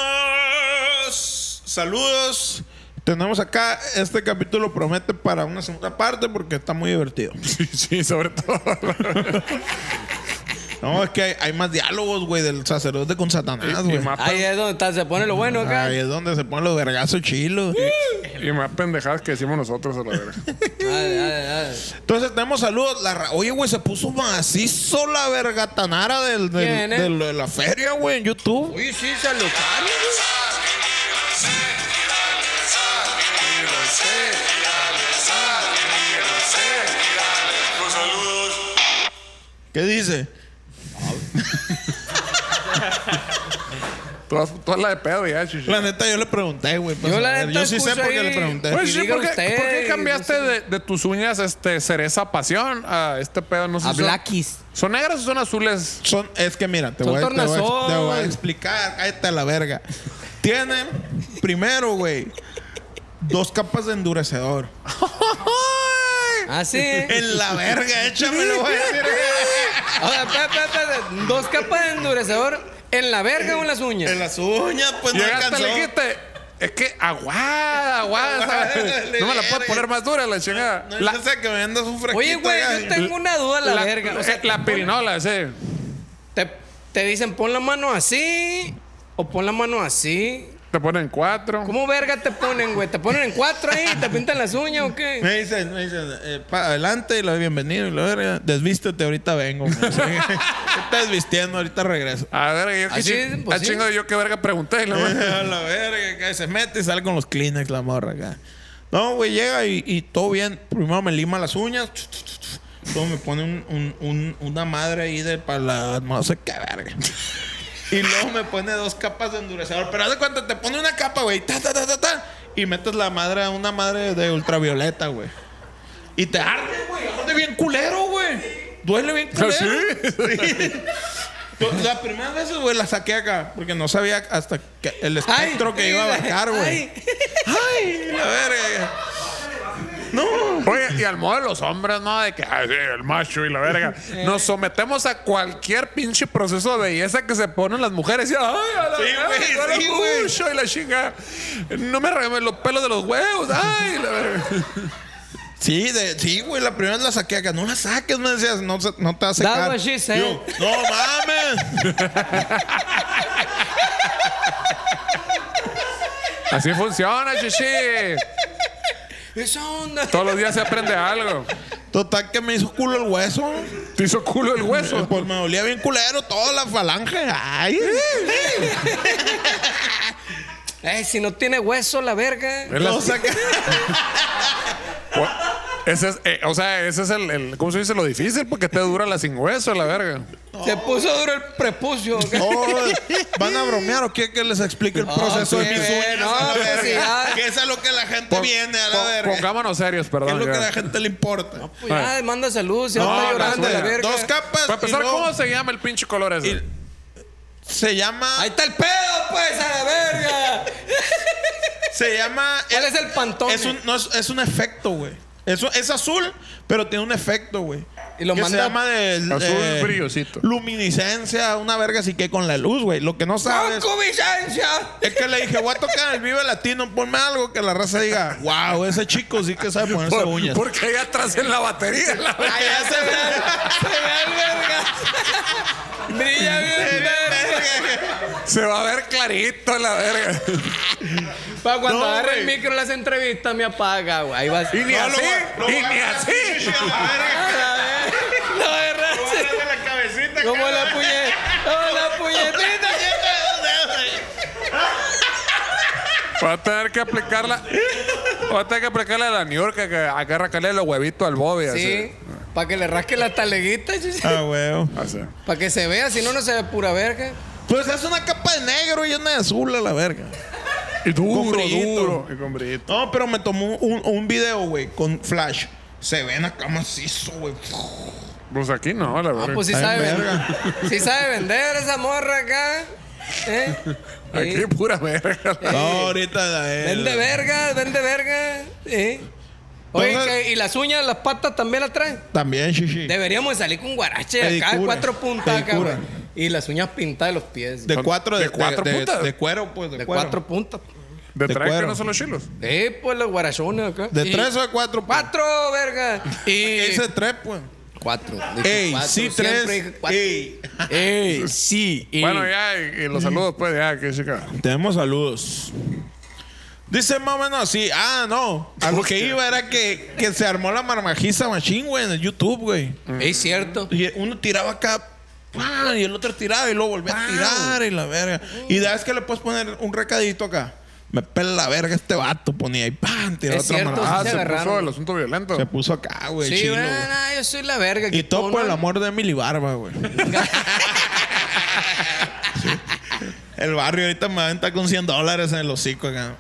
saludos. Tenemos acá, este capítulo promete para una segunda parte porque está muy divertido. Sí, sí, sobre todo. No, es que hay, hay más diálogos, güey, del sacerdote con Satanás, y, güey. más, Ahí es donde está, se pone lo bueno acá. Ahí es donde se ponen los vergazos chilos. y más pendejadas que decimos nosotros a la verga. Dale, dale, dale. Entonces tenemos saludos. La ra- Oye, güey, se puso macizo la vergatanara del, del, ¿Quién, eh? del- de la feria, güey, en YouTube. Oye, sí, se alocaron, güey. ¿Qué dice? Todas, todas la de pedo ya, Chichi. La neta, yo le pregunté, güey. pues, Yo a la ver, neta yo sí sé escucho por qué ahí. le pregunté. Pues Y sí, diga ¿por qué, usted, por qué y cambiaste no sé. de, de tus uñas este, cereza pasión a este pedo? No sé A si son- Blackies. ¿Son negras o son azules? Son, es que mira, te Son voy, a- te, voy a, tornasol. te voy a explicar. Cállate a la verga. Tienen, primero, güey, dos capas de endurecedor. Ah, sí. En la verga, échamelo, voy a decir. O sea, espera, espera, espera. Dos capas de endurecedor en la verga o en las uñas. En las uñas, pues no Llegaste, alcanzó. le dijiste, es que aguada, aguada. ¿sabes? No me la puedes poner más dura la chingada. No, La, yo sé que me vendas un fresquito. Oye, güey, acá. yo tengo una duda, la, la, verga. O sea, eh, la pirinola, sí. te, te dicen pon la mano así o pon la mano así. Te ponen cuatro. ¿Cómo verga te ponen, güey? ¿Te ponen en cuatro ahí? ¿Te pintan las uñas o qué? Me dicen, me dicen, eh, pa, adelante, y la bienvenido, y la verga, desvístete, ahorita vengo. Me dicen. Te estás vistiendo, ahorita regreso. A ver, yo qué Así es, ching- pues a sí. chingo yo qué verga pregunté. Y la madre. A la verga, que se mete y sale con los Kleenex la morra acá. No, güey, llega y, y todo bien. Primero me lima las uñas. Luego me pone un, un, un- una madre ahí de para la... No sé qué verga. Y luego me pone dos capas de endurecedor. Pero haz de cuenta, te pone una capa, güey. Ta, ta, ta, ta, ta, y metes la madre, una madre de ultravioleta, güey. Y te arde, güey. Arde bien culero, güey. Duele bien culero. Sí. Yo, las primeras veces, güey, la saqué acá. Porque no sabía hasta que el espectro Ay, que iba a abarcar, güey. ay. Ay, la verga. No. Oye, y al modo de los hombres, ¿no? De que, ay, sí, el macho y la verga. Nos sometemos a cualquier pinche proceso de belleza que se ponen las mujeres. Y, ay, a la Sí, verga, güey, duele sí, güey. mucho, y la chinga. No me regué los pelos de los huevos. Ay, la verga. Sí, de, sí, güey, la primera vez la saqué acá. No la saques, me decías, no, se- no te va a secar. That's what she said. Yo, no mames. Así funciona, chichi. Esa onda. Todos los días se aprende algo. Total que me hizo culo el hueso. Te hizo culo el hueso. Pues me dolía bien culero toda la falange. Ay. Eh, si no tiene hueso, la verga. Es la- No, saca- Ese es, eh, o sea, ese es el, el- ¿cómo se dice? Lo difícil, porque te dura la sin hueso, la verga. Se puso duro el prepucio. Oh, ¿van a bromear o quiere que les explique el proceso de sí, mis güey, uñas? no, a la pues verga? sí, ya. Que eso es lo que la gente Pon- viene a la pon- verga. Pongámonos serios, ¿Qué perdón. es lo que ya. a la gente le importa? Pues ya, manda salud, ya No, está las llorando la uñas. verga. Dos capas. Para empezar, y luego- ¿cómo se llama el pinche color ese? y- Se llama. Ahí está el pedo, pues, a la verga. Se llama. ¿Cuál es el pantone? Es un, no, es, es un efecto, güey. Es, es azul, pero tiene un efecto, güey. Y lo que manda- se llama de, Azul de brillosito. luminiscencia, una verga así que con la luz, güey. Lo que no sabes ¡Concupiscencia! es que le dije, voy a tocar el Vive Latino, ponme algo que la raza diga, wow, ese chico sí que sabe ponerse Por- uñas. Porque ahí atrás en la batería. La verga. Allá se ve, se ve el verga. Brilla bien, verga. Se va a ver clarito la verga. Para cuando No, agarre el güey. micro las entrevistas me apaga, güey. Ahí va así. Y ni No, así, lo voy a- lo y voy a ni agarrar así. así, a la verga. No, verdad. Agarrarle la cabecita acá. Como la puñet, como la puñetita. Va a tener que aplicarla. Va a tener que aplicarle a la New York que agarra caerle los huevitos al Bobby. Sí, para que le rasque las taleguitas, Ah, güey. Así. Así. para que se vea, si no, no se ve pura verga. Pues es una capa de negro y una de azul a la verga. Y duro, Con brillito. duro. Y con brillito. No, pero me tomó un, un video, güey, con flash. Se ven acá macizo, güey. Pues aquí no, la Ah, verdad. pues sí Está sabe bien vender. Sí sabe vender esa morra acá. ¿Eh? Aquí Sí. pura verga. No, ahorita la es. Vende verga, vende verga. ¿Eh? Oye, Entonces- que- ¿y las uñas, las patas también las traen? También, shishi. Deberíamos de salir con guarache acá, Pedicura. cuatro puntas acá, Pedicura. güey. Y las uñas pintadas de los pies. De De, cuatro, de, de cuatro de, de- puntas. de cuero, pues, de, cuero. cuatro puntas. De de traer que cuero. no son los chilos. Eh, pues los guarachones acá. ¿De Y- tres o de cuatro? pues? Cuatro, verga. Y. Ese tres, pues. Cuatro. Dije Ey, cuatro, sí, siempre tres. dije cuatro. Ey. Ey, sí. y- Bueno, ya, y, y los saludos, pues, ya, que chica. Tenemos saludos. Dice más o menos así. Ah, no. A lo que iba era que, que se armó la marmajiza machine, güey, en el YouTube, güey. Es cierto. Y uno tiraba acá, ¡pam! Y el otro tiraba y luego volvía a tirar y la verga. Y da es que le puedes poner un recadito acá. Me pela la verga este vato, ponía ahí, ¡pam! Tiraba Es otra cierto, marmajiza. Ah, se se agarraron. puso el asunto violento. Se puso acá, güey. Sí, chilo, bueno, güey. no, yo soy la verga. Y que todo por el no- amor de Emily Barba, güey. Sí. El barrio ahorita me va a aventar con cien dólares en el hocico acá.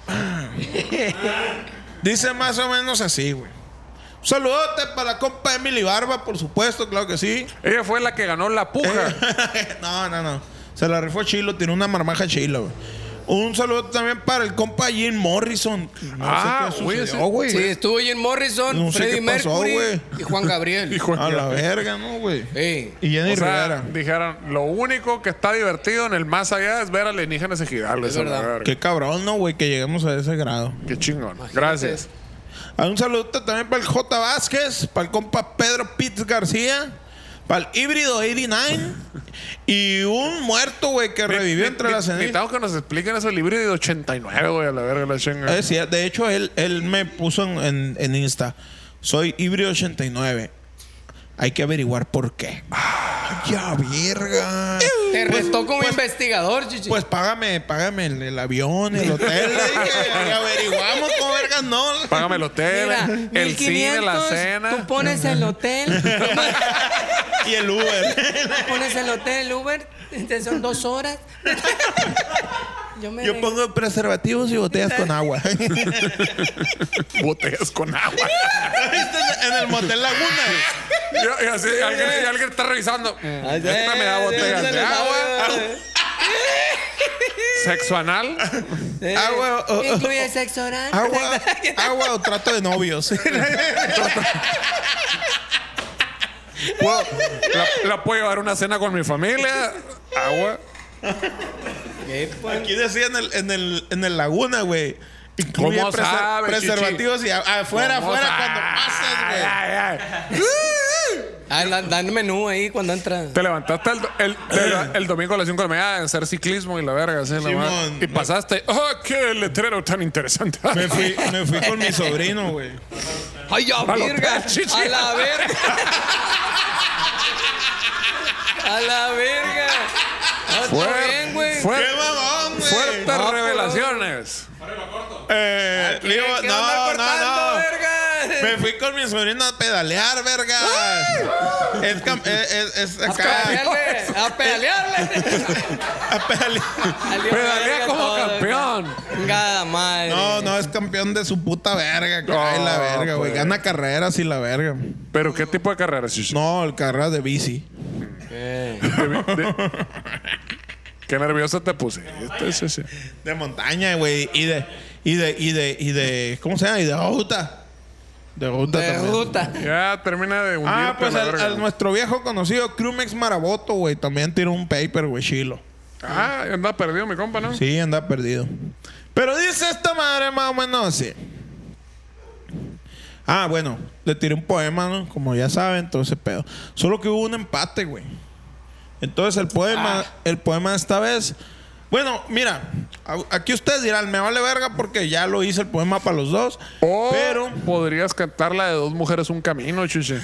Dice más o menos así, güey. Un saludote para la compa Emily Barba, por supuesto, claro que sí. Ella fue la que ganó la puja. no, no, no. Se la rifó Chilo, tiene una marmaja Chilo, güey. Un saludo también para el compa Jim Morrison. No Ah, sé qué güey, sucedió, ese- güey. Sí, estuvo Jim Morrison, No sé Freddie qué pasó, Mercury güey. y Juan Gabriel. Hijo A la de- verga, ¿no, güey? Ey. Y Jenny O sea, Rivera. dijeron, lo único que está divertido en el más allá es ver alienígenas ejidales. Es a la verdad. verga. Qué cabrón, ¿no, güey? Que lleguemos a ese grado. Qué chingón. Gracias. Hay un saludo también para el J. Vázquez, para el compa Pedro Pitts García, para el híbrido ochenta y nueve y un muerto, güey, que revivió entre las cenizas. Necesitamos que nos expliquen ese libro de ochenta y nueve, güey, a la verga la chinga. Es cierto, de hecho, él, él me puso en, en, en Insta. Soy híbrido ochenta y nueve. Hay que averiguar por qué. ¡Ah, ya, verga! Te Pues- restó como pues- investigador, chichi. Pues págame, págame el, el avión, el hotel. le dije, y averiguamos cómo vergas no. Págame el hotel, Mira, el cine, la quinientos, cena. Tú pones el hotel. Y el Uber. pones el hotel, el Uber. Entonces son dos horas. Yo me Yo vengo. pongo preservativos y botellas con agua. Botellas con agua. en el motel Laguna. y, y así, alguien, y alguien está revisando. Mm, Ay, Esta me da ay, botellas ay, de ay, agua. ay, Sexo anal. ay. Agua, o- Incluye sexo oral. Agua, agua o trato de novios. Puedo- la, la puedo llevar a una cena con mi familia. Agua. ¿Qué, pues? Aquí decía en el, en el, en el Laguna, güey. Incluye ¿Cómo sabe, preservativos y a- afuera, ¿Cómo afuera, sabe? cuando pases, Ay, güey. ay, ay. Ah, la- dan menú ahí cuando entra. Te levantaste el, el, el- el domingo a las cinco de la mañana a hacer ciclismo y la verga. Así, la Simón, madre. y me- pasaste. ¡Oh, qué letrero tan interesante! Me fui, me fui con mi sobrino, güey. ¡Ay, ya, A lo verga! per- chichi. ¡A la verga! ¡A la verga! Ah, está Fuer- bien, güey. fuer- ¡Qué mamón, güey! Fuertes No, revelaciones. Eh, ¿Qué- digo, qué no, andar no, cortando, no. verga? Me fui con mi sobrino a pedalear, verga. Es, cam- es, es, es A acá. pedalearle, a pedalearle. A pedalear. Salió Pedalea verga como todo, campeón. Chingada madre. No, no, es campeón de su puta verga. Que No, ay, la verga, güey. pues. Gana carreras y la verga. ¿Pero qué tipo de carrera, Chichi? No, el carrera de bici. Eh. De- de- Qué nervioso te pusiste, Chichi. De montaña, güey. Y de, y de, y de, y de, ¿cómo se llama? Y de ruta. De ruta De también. ruta. Ya termina de hundirte. Ah, pues la al, verga. al nuestro viejo conocido Crumex Maraboto, güey. También tiró un paper, güey, chilo. Ah, anda perdido mi compa, ¿no? Sí, anda perdido. Pero dice esta madre más o menos así. Ah, bueno, le tiré un poema, ¿no? Como ya saben, todo ese pedo. Solo que hubo un empate, güey. Entonces el poema, Ah. el poema de esta vez... Bueno, mira, a- aquí ustedes dirán, me vale verga porque ya lo hice el poema para los dos. O Pero... podrías cantar la de Dos Mujeres Un Camino, chuche.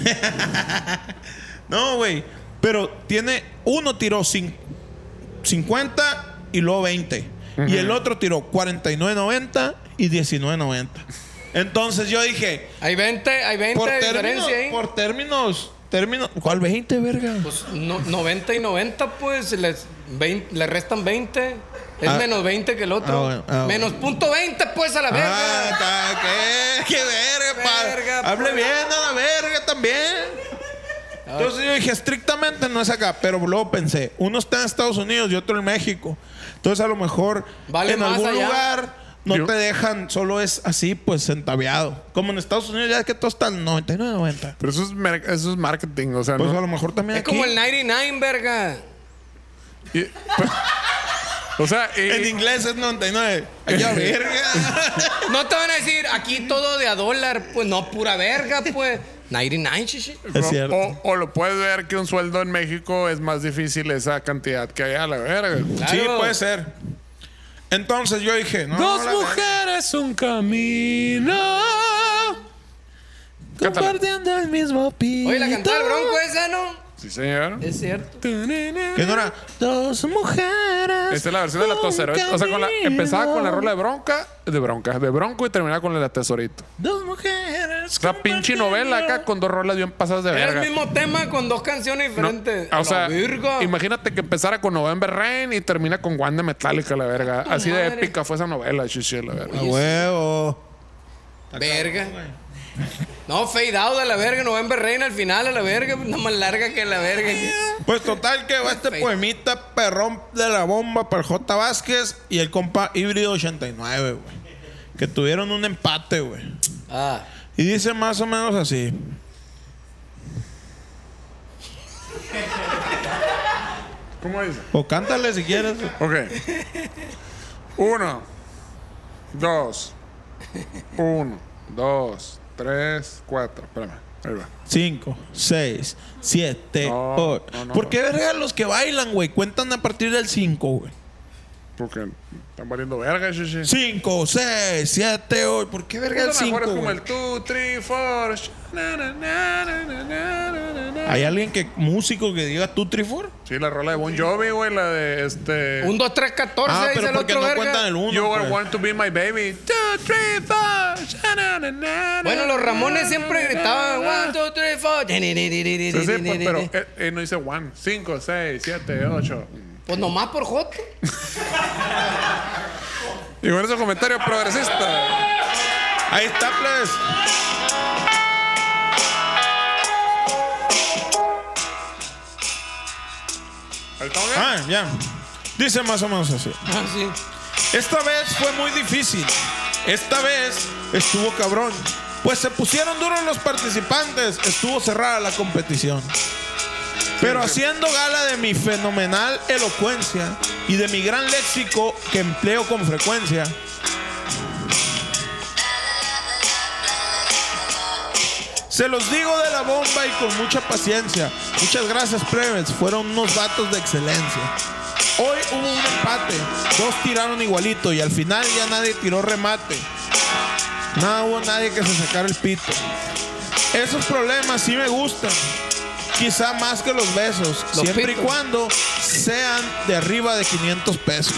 No, güey. Pero tiene... Uno tiró cin- cincuenta y luego veinte. Y el otro tiró cuarenta y nueve noventa y diecinueve noventa. Entonces yo dije... Hay veinte, hay veinte Por de términos... diferencia ahí. Por términos... términos ¿Cuál veinte, verga? Pues no- noventa y noventa, pues les, veinte, le restan veinte. Es Ah. menos veinte que el otro. Ah, bueno, ah, menos punto veinte, pues, a la Ah, verga. está, ¿qué? ¿Qué verga, pa? Verga, Hable pues. bien a la verga también. Entonces yo dije, estrictamente no es acá. Pero luego pensé, uno está en Estados Unidos y otro en México. Entonces a lo mejor Vale en más algún allá. lugar no Yo- te dejan, solo es así, pues centaviado. Como en Estados Unidos ya es que todo está en noventa y nueve noventa. Pero eso es, mer- eso es marketing, o sea, Pues no. a lo mejor también Es aquí. como el noventa y nueve, verga. Y- pero- o sea, y- En inglés es noventa y nueve. Allá verga. No te van a decir aquí todo de a dólar. Pues no, pura verga, pues. noventa y nueve, chichi. Es cierto. O, o lo puedes ver que un sueldo en México es más difícil esa cantidad que allá, la verga. Claro. Sí, puede ser. Entonces yo dije, no, Dos la verga. mujeres, un camino. Cántala. Compartiendo el mismo pito. Oye, la cantada del Bronco esa, ¿no? Sí, señor. Es cierto. Que no era dos mujeres. Esta es la versión de la un Tesorito. O sea, con la, camino. empezaba con la rola de bronca, de bronca, de bronco y terminaba con la de la Tesorito. Dos mujeres. O sea, pinche novela acá con dos rolas bien pasadas de Era verga. el mismo tema con dos canciones No, diferentes. o sea, La verga. imagínate que empezara con November Rain y termina con One de Metallica, la verga. Así de madre. épica fue esa novela, chichi, la verga. A huevo. Verga. No, fade out a la verga. November Rain al final a la verga. No más larga que la verga. Pues total que va este Fe- poemita perrón de la bomba para el J. Vázquez y el compa Híbrido ochenta y nueve, güey. Que tuvieron un empate, güey. Ah. Y dice más o menos así. ¿Cómo dice? O cántale si quieres. Ok. Uno, dos, uno, dos, tres, cuatro. Espérame, ahí va. Cinco, seis, siete, No, ocho. no, no, ¿Por no. qué verga los que bailan, güey? Cuentan a partir del cinco, güey. Porque están valiendo verga, chichi. Cinco, seis, siete, ocho. ¿Por qué verga el Eso mejor cinco, es como güey? el two, three, four. Na, na, na, na, na, na, na, na. ¿Hay alguien que, músico que diga tú, Trifor? Sí, la rola de Bon Jovi, güey, la de este. Un, dos, tres, catorce. Ah, dice pero el porque otro no verga. cuentan el uno. You pues. were born to be my baby. Two, three, four. Na, na, na, Bueno, na, los Ramones na, siempre na, gritaban na, one, two, three, four. Sí, sí, pues, pero eh, eh, no dice one. Cinco, seis, siete, ocho. Pues nomás por Joto. Y con esos comentarios progresistas. Ahí está, pues. Ahí estamos bien. Ah, ya. Dice más o menos así. Ah, sí. Esta vez fue muy difícil. Esta vez estuvo cabrón. Pues se pusieron duros los participantes. Estuvo cerrada la competición. Pero haciendo gala de mi fenomenal elocuencia y de mi gran léxico que empleo con frecuencia, se los digo de la bomba y con mucha paciencia. Muchas gracias, plebes. Fueron unos vatos de excelencia. Hoy hubo un empate. Dos tiraron igualito y al final ya nadie tiró remate. No hubo nadie que se sacara el pito. Esos problemas sí me gustan. Quizá más que los besos. Los siempre pitos. y cuando sean de arriba de quinientos pesos.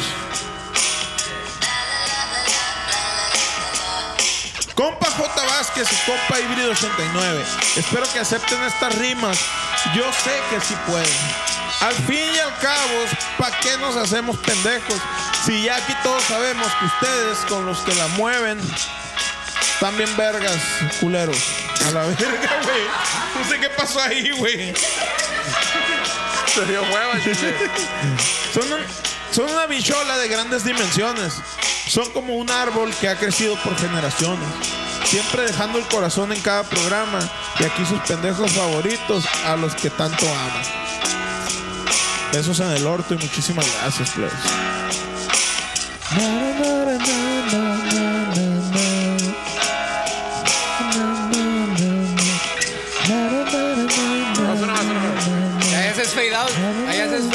Compa J. Vázquez y compa Híbrido ochenta y nueve. Espero que acepten estas rimas. Yo sé que sí pueden. Al fin y al cabo, ¿para qué nos hacemos pendejos? Si ya aquí todos sabemos que ustedes con los que la mueven están bien vergas, culeros. A la verga, güey. No sé qué pasó ahí, güey. Se dio hueva, chichi. Son, un- son una bichola de grandes dimensiones. Son como un árbol que ha crecido por generaciones. Siempre dejando el corazón en cada programa. Y aquí sus pendejos favoritos a los que tanto aman. Besos en el orto y muchísimas gracias, please. Más una, más una. Ahí haces fade out. Ahí haces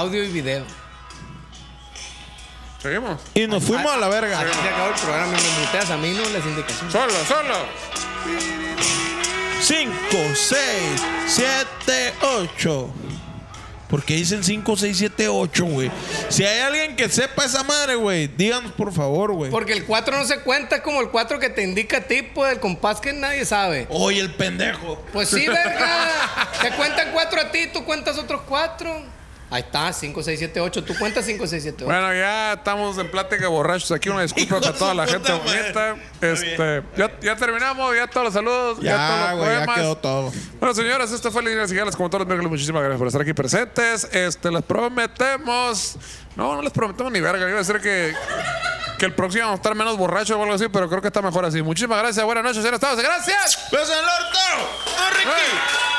audio y video. Seguimos. Y nos fuimos a la verga. Aquí se acabó el programa. Me muteas a mí, no las indicaciones. Solo, solo. cinco, seis, siete, ocho. ¿Por qué dicen cinco, seis, siete, ocho, güey? Si hay alguien que sepa esa madre, güey, díganos por favor, güey. Porque el cuatro no se cuenta como el cuatro que te indica a ti, pues el compás que nadie sabe. Oye, el pendejo. Pues sí, verga. Te cuentan cuatro a ti, tú cuentas otros cuatro. Ahí está, cinco, seis, siete, ocho. Tú cuentas cinco, seis, siete, ocho. Bueno, ya estamos en plática borrachos aquí. Una disculpa Hijo para de toda su la puta gente madre. bonita. Este, ya, ya terminamos, ya todos los saludos, ya, Ya, todos los güey, ya poemas. quedó todo. Bueno, señores, esto fue Líneas y Galas, como todos los miércoles. Muchísimas gracias por estar aquí presentes. Este, les prometemos. No, no les prometemos ni verga. Iba a decir que, que el próximo vamos a estar menos borrachos o algo así, pero creo que está mejor así. Muchísimas gracias. Buenas noches, señores. Gracias. ¡Besos en el orto! ¡No, Ricky!